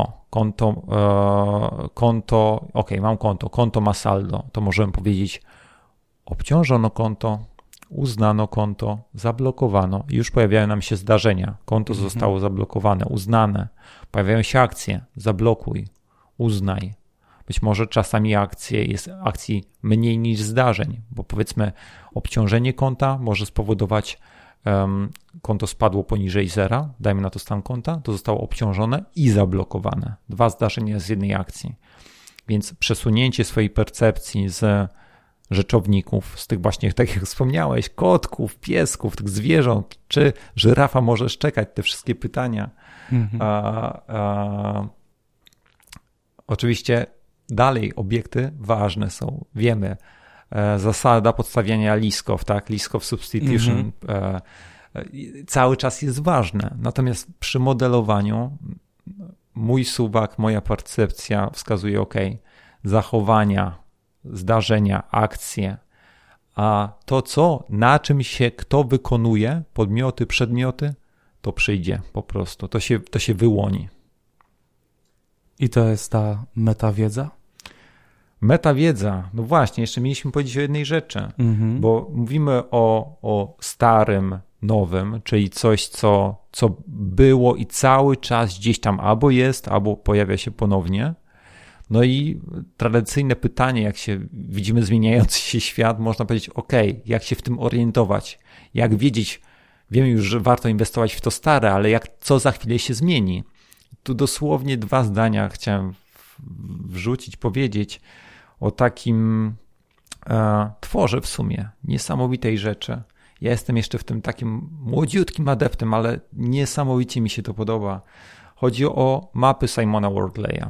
konto ma saldo, to możemy powiedzieć obciążono konto, uznano konto, zablokowano i już pojawiają nam się zdarzenia. Konto zostało zablokowane, uznane. Pojawiają się akcje, zablokuj, uznaj. Być może czasami jest akcji mniej niż zdarzeń, bo powiedzmy obciążenie konta może spowodować konto spadło poniżej zera, dajmy na to stan konta, to zostało obciążone i zablokowane. 2 zdarzenia z jednej akcji. Więc przesunięcie swojej percepcji z rzeczowników, z tych właśnie, tak jak wspomniałeś, kotków, piesków, tych zwierząt, czy żyrafa może szczekać, te wszystkie pytania. Oczywiście dalej obiekty ważne są. Wiemy, zasada podstawiania Liskov, tak? Liskov substitution cały czas jest ważne. Natomiast przy modelowaniu mój suwak, moja percepcja wskazuje zachowania, zdarzenia, akcje, a to na czym się kto wykonuje, podmioty, przedmioty, to przyjdzie po prostu. To się wyłoni. I to jest ta metawiedza? Metawiedza, no właśnie, jeszcze mieliśmy powiedzieć o jednej rzeczy, bo mówimy o starym, nowym, czyli coś, co było i cały czas gdzieś tam albo jest, albo pojawia się ponownie. No i tradycyjne pytanie, jak się widzimy zmieniający się świat, można powiedzieć, jak się w tym orientować, jak wiedzieć, wiemy już, że warto inwestować w to stare, ale co za chwilę się zmieni. Tu dosłownie 2 zdania chciałem wrzucić, powiedzieć o takim tworze w sumie, niesamowitej rzeczy. Ja jestem jeszcze w tym takim młodziutkim adeptem, ale niesamowicie mi się to podoba. Chodzi o mapy Simona Wardleya.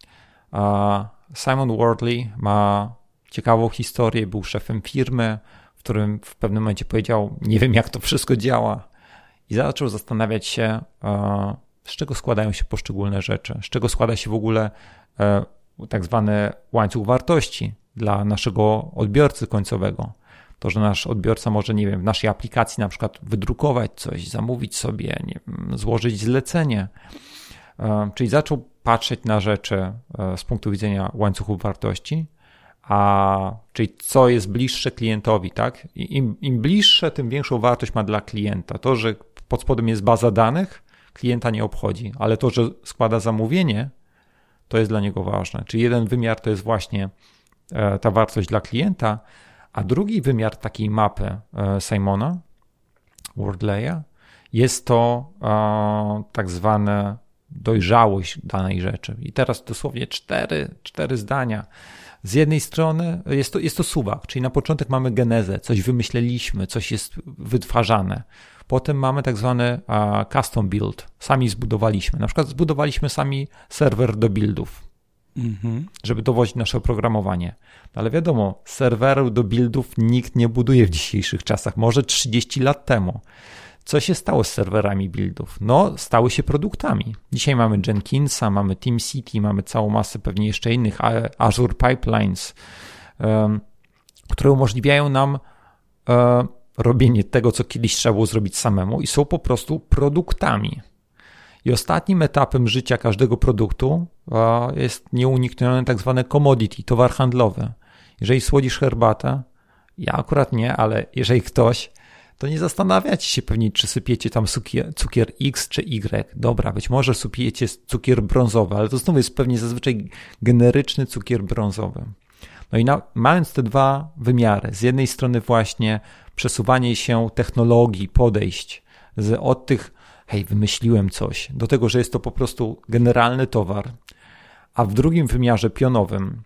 Simon Wardley ma ciekawą historię, był szefem firmy, w którym w pewnym momencie powiedział, nie wiem jak to wszystko działa i zaczął zastanawiać się, z czego składają się poszczególne rzeczy, z czego składa się w ogóle tak zwany łańcuch wartości dla naszego odbiorcy końcowego. To, że nasz odbiorca może, nie wiem, w naszej aplikacji na przykład wydrukować coś, zamówić sobie, nie wiem, złożyć zlecenie. Czyli zaczął patrzeć na rzeczy z punktu widzenia łańcuchów wartości, czyli co jest bliższe klientowi, tak? Im bliższe, tym większą wartość ma dla klienta. To, że pod spodem jest baza danych, klienta nie obchodzi, ale to, że składa zamówienie, to jest dla niego ważne. Czyli jeden wymiar to jest właśnie ta wartość dla klienta, a drugi wymiar takiej mapy Simona Wardleya jest to tak zwane dojrzałość danej rzeczy. I teraz dosłownie 4 zdania. Z jednej strony jest to suwak, czyli na początek mamy genezę, coś wymyśleliśmy, coś jest wytwarzane. Potem mamy tak zwany custom build, sami zbudowaliśmy. Na przykład zbudowaliśmy sami serwer do buildów, żeby dowodzić nasze oprogramowanie. No ale wiadomo, serweru do buildów nikt nie buduje w dzisiejszych czasach, może 30 lat temu. Co się stało z serwerami buildów? No, stały się produktami. Dzisiaj mamy Jenkinsa, mamy TeamCity, mamy całą masę pewnie jeszcze innych, Azure Pipelines. które umożliwiają nam robienie tego, co kiedyś trzeba było zrobić samemu i są po prostu produktami. I ostatnim etapem życia każdego produktu jest nieuniknione tak zwane commodity, towar handlowy. Jeżeli słodzisz herbatę, ja akurat nie, ale jeżeli ktoś, to nie zastanawiacie się pewnie, czy sypiecie tam cukier X czy Y. Dobra, być może sypiecie cukier brązowy, ale to znowu jest pewnie zazwyczaj generyczny cukier brązowy. No i mając te dwa wymiary, z jednej strony właśnie przesuwanie się technologii, podejść od tych, hej, wymyśliłem coś, do tego, że jest to po prostu generalny towar, a w drugim wymiarze pionowym,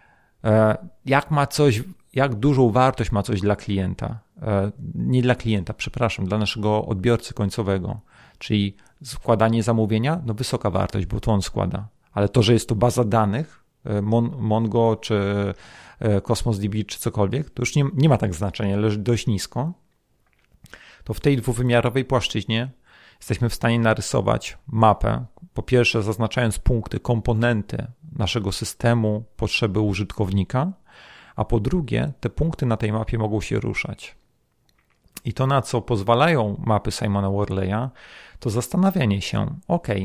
jak dużą wartość ma coś dla klienta, nie dla klienta, przepraszam, dla naszego odbiorcy końcowego, czyli składanie zamówienia, no wysoka wartość, bo to on składa, ale to, że jest to baza danych, Mongo czy Cosmos DB czy cokolwiek, to już nie ma tak znaczenia, leży dość nisko, to w tej dwuwymiarowej płaszczyźnie jesteśmy w stanie narysować mapę, po pierwsze zaznaczając punkty, komponenty naszego systemu, potrzeby użytkownika, a po drugie te punkty na tej mapie mogą się ruszać. I to, na co pozwalają mapy Simona Worley'a, to zastanawianie się,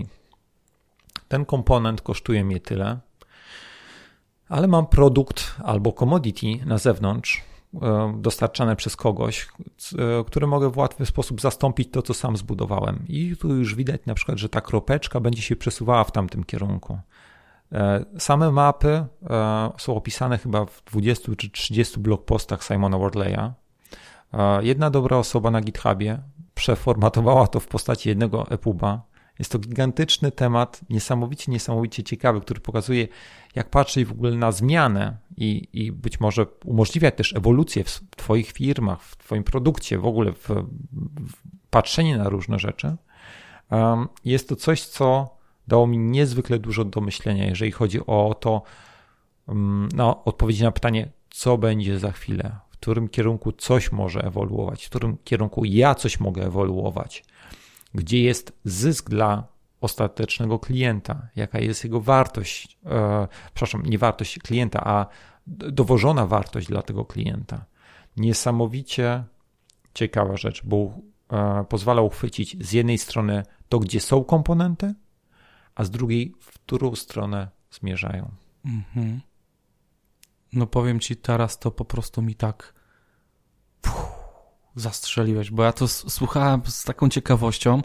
ten komponent kosztuje mnie tyle, ale mam produkt albo commodity na zewnątrz, dostarczane przez kogoś, który mogę w łatwy sposób zastąpić to, co sam zbudowałem. I tu już widać na przykład, że ta kropeczka będzie się przesuwała w tamtym kierunku. Same mapy są opisane chyba w 20 czy 30 blog postach Simona Worley'a. Jedna dobra osoba na GitHubie przeformatowała to w postaci jednego EPUBa. Jest to gigantyczny temat, niesamowicie ciekawy, który pokazuje, jak patrzeć w ogóle na zmianę i być może umożliwiać też ewolucję w twoich firmach, w twoim produkcie, w ogóle w patrzenie na różne rzeczy. Jest to coś, co dało mi niezwykle dużo do myślenia, jeżeli chodzi o to, odpowiedzi na pytanie, co będzie za chwilę, w którym kierunku coś może ewoluować, w którym kierunku ja coś mogę ewoluować, gdzie jest zysk dla ostatecznego klienta, jaka jest jego wartość, nie wartość klienta, a dowożona wartość dla tego klienta. Niesamowicie ciekawa rzecz, bo pozwala uchwycić z jednej strony to, gdzie są komponenty, a z drugiej, w którą stronę zmierzają. Mhm. No powiem ci, teraz to po prostu mi tak zastrzeliłeś, bo ja to słuchałem z taką ciekawością.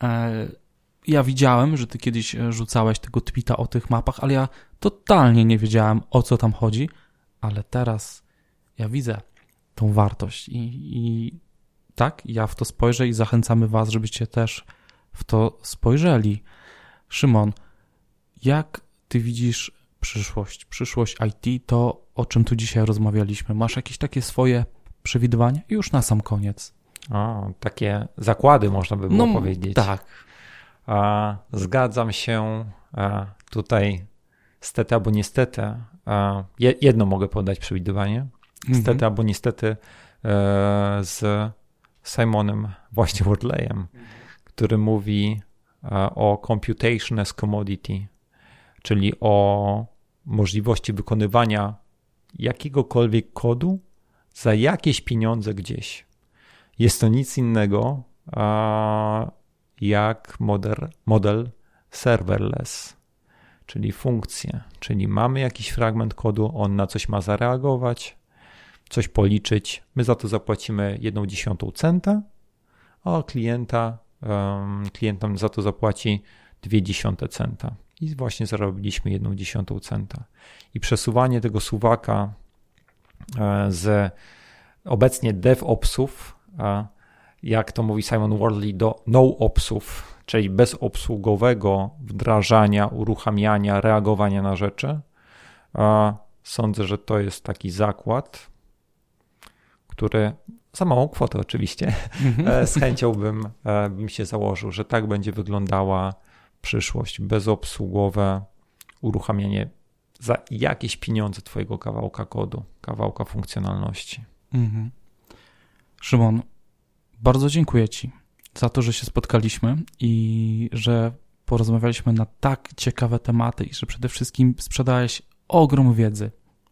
Ja widziałem, że ty kiedyś rzucałeś tego tweeta o tych mapach, ale ja totalnie nie wiedziałem, o co tam chodzi, ale teraz ja widzę tą wartość i tak, ja w to spojrzę i zachęcamy was, żebyście też w to spojrzeli. Szymon, jak ty widzisz przyszłość IT, to o czym tu dzisiaj rozmawialiśmy? Masz jakieś takie swoje przewidywania? Już na sam koniec. Takie zakłady można by było powiedzieć. Tak. Zgadzam się tutaj stety albo niestety. Jedno mogę podać przewidywanie. Stety albo niestety z Simonem właśnie Worley'em, który mówi o computation as commodity, czyli o możliwości wykonywania jakiegokolwiek kodu za jakieś pieniądze gdzieś. Jest to nic innego jak model serverless, czyli funkcje, czyli mamy jakiś fragment kodu, on na coś ma zareagować, coś policzyć, my za to zapłacimy 1/10 centa, a klient nam za to zapłaci 0,2 centa. I właśnie zarobiliśmy 1/10 centa. I przesuwanie tego suwaka z obecnie DevOpsów, jak to mówi Simon Worley, do NoOpsów, czyli bezobsługowego wdrażania, uruchamiania, reagowania na rzeczy. Sądzę, że to jest taki zakład, który za małą kwotę oczywiście z chęcią bym się założył, że tak będzie wyglądała przyszłość, bezobsługowe uruchamianie za jakieś pieniądze twojego kawałka kodu, kawałka funkcjonalności. Szymon, bardzo dziękuję ci za to, że się spotkaliśmy i że porozmawialiśmy na tak ciekawe tematy i że przede wszystkim sprzedałeś ogrom wiedzy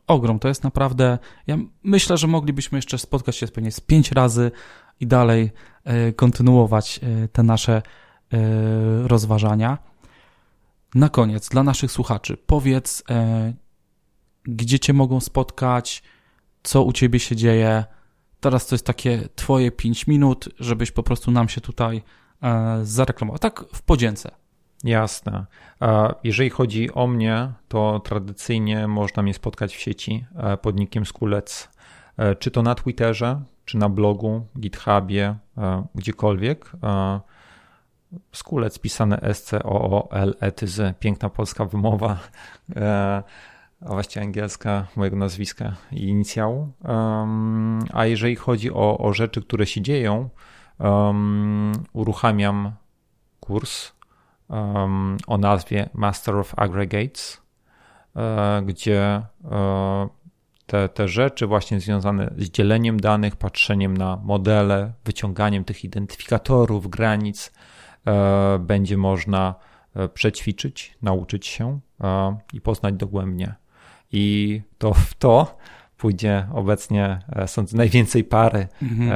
ogrom. To jest naprawdę, ja myślę, że moglibyśmy jeszcze spotkać się pewnie z 5 razy i dalej kontynuować te nasze rozważania. Na koniec, dla naszych słuchaczy, powiedz, gdzie cię mogą spotkać, co u ciebie się dzieje. Teraz to jest takie twoje 5 minut, żebyś po prostu nam się tutaj zareklamował. Tak w podzięce. Jasne. Jeżeli chodzi o mnie, to tradycyjnie można mnie spotkać w sieci pod nickiem Skulec, czy to na Twitterze, czy na blogu, GitHubie, gdziekolwiek. Skulec pisane S-C-O-O-L-E-T-Z, piękna polska wymowa, a właściwie angielska mojego nazwiska i inicjału. A jeżeli chodzi o rzeczy, które się dzieją, uruchamiam kurs o nazwie Master of Aggregates, gdzie te rzeczy właśnie związane z dzieleniem danych, patrzeniem na modele, wyciąganiem tych identyfikatorów, granic będzie można przećwiczyć, nauczyć się i poznać dogłębnie. I w to pójdzie obecnie, sądzę, najwięcej pary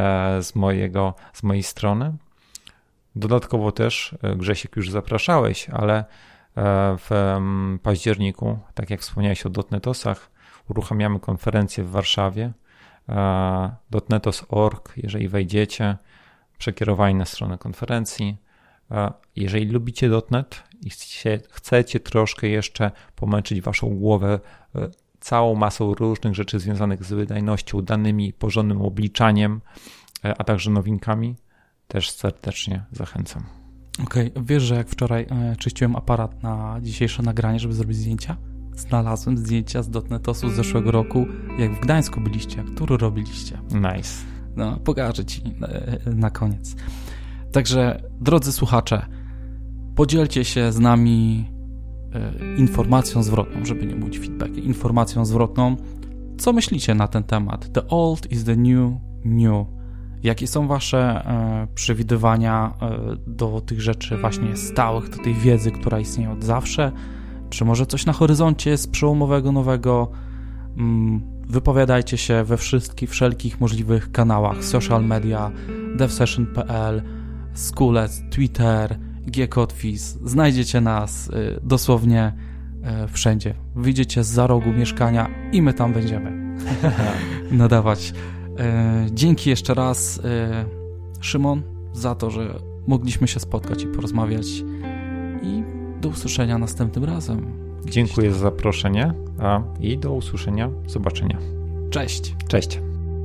z mojej strony. Dodatkowo też, Grzesiek, już zapraszałeś, ale w październiku, tak jak wspomniałeś o .NETOSach, uruchamiamy konferencję w Warszawie. .NETOS.org, jeżeli wejdziecie, przekierowani na stronę konferencji. Jeżeli lubicie .NET i chcecie troszkę jeszcze pomęczyć waszą głowę całą masą różnych rzeczy związanych z wydajnością, danymi, porządnym obliczaniem, a także nowinkami, też serdecznie zachęcam. Okej, wiesz, że jak wczoraj czyściłem aparat na dzisiejsze nagranie, żeby zrobić zdjęcia? Znalazłem zdjęcia z .NETOS-u z zeszłego roku, jak w Gdańsku byliście, jak tury robiliście. Nice. No, pokażę ci na koniec. Także, drodzy słuchacze, podzielcie się z nami informacją zwrotną, żeby nie mówić feedbackiem, informacją zwrotną. Co myślicie na ten temat? The old is the new. Jakie są wasze przewidywania do tych rzeczy właśnie stałych, do tej wiedzy, która istnieje od zawsze? Czy może coś na horyzoncie jest przełomowego, nowego? Wypowiadajcie się we wszelkich możliwych kanałach, social media, devsession.pl, Skulec, Twitter, G-Kotwis. Znajdziecie nas dosłownie wszędzie. Wyjdziecie zza rogu mieszkania i my tam będziemy nadawać. Dzięki jeszcze raz, Szymon, za to, że mogliśmy się spotkać i porozmawiać i do usłyszenia następnym razem. Dziękuję za zaproszenie i do usłyszenia, zobaczenia. Cześć. Cześć.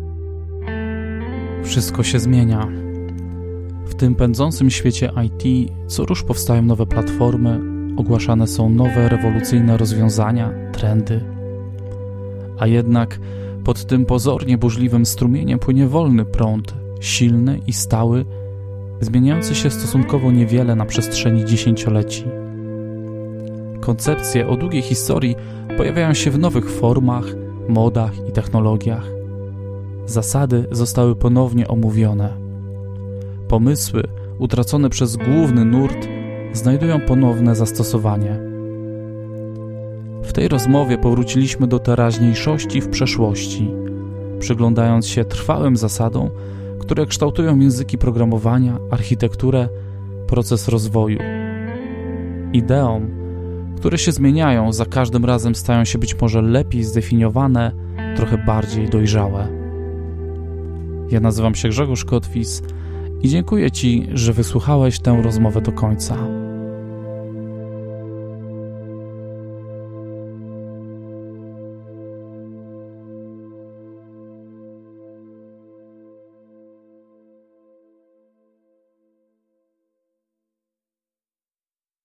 Wszystko się zmienia. W tym pędzącym świecie IT co rusz powstają nowe platformy, ogłaszane są nowe, rewolucyjne rozwiązania, trendy. A jednak pod tym pozornie burzliwym strumieniem płynie wolny prąd, silny i stały, zmieniający się stosunkowo niewiele na przestrzeni dziesięcioleci. Koncepcje o długiej historii pojawiają się w nowych formach, modach i technologiach. Zasady zostały ponownie omówione. Pomysły, utracone przez główny nurt, znajdują ponowne zastosowanie. W tej rozmowie powróciliśmy do teraźniejszości w przeszłości, przyglądając się trwałym zasadom, które kształtują języki programowania, architekturę, proces rozwoju. Ideom, które się zmieniają, za każdym razem stają się być może lepiej zdefiniowane, trochę bardziej dojrzałe. Ja nazywam się Grzegorz Kotwis i dziękuję Ci, że wysłuchałeś tę rozmowę do końca.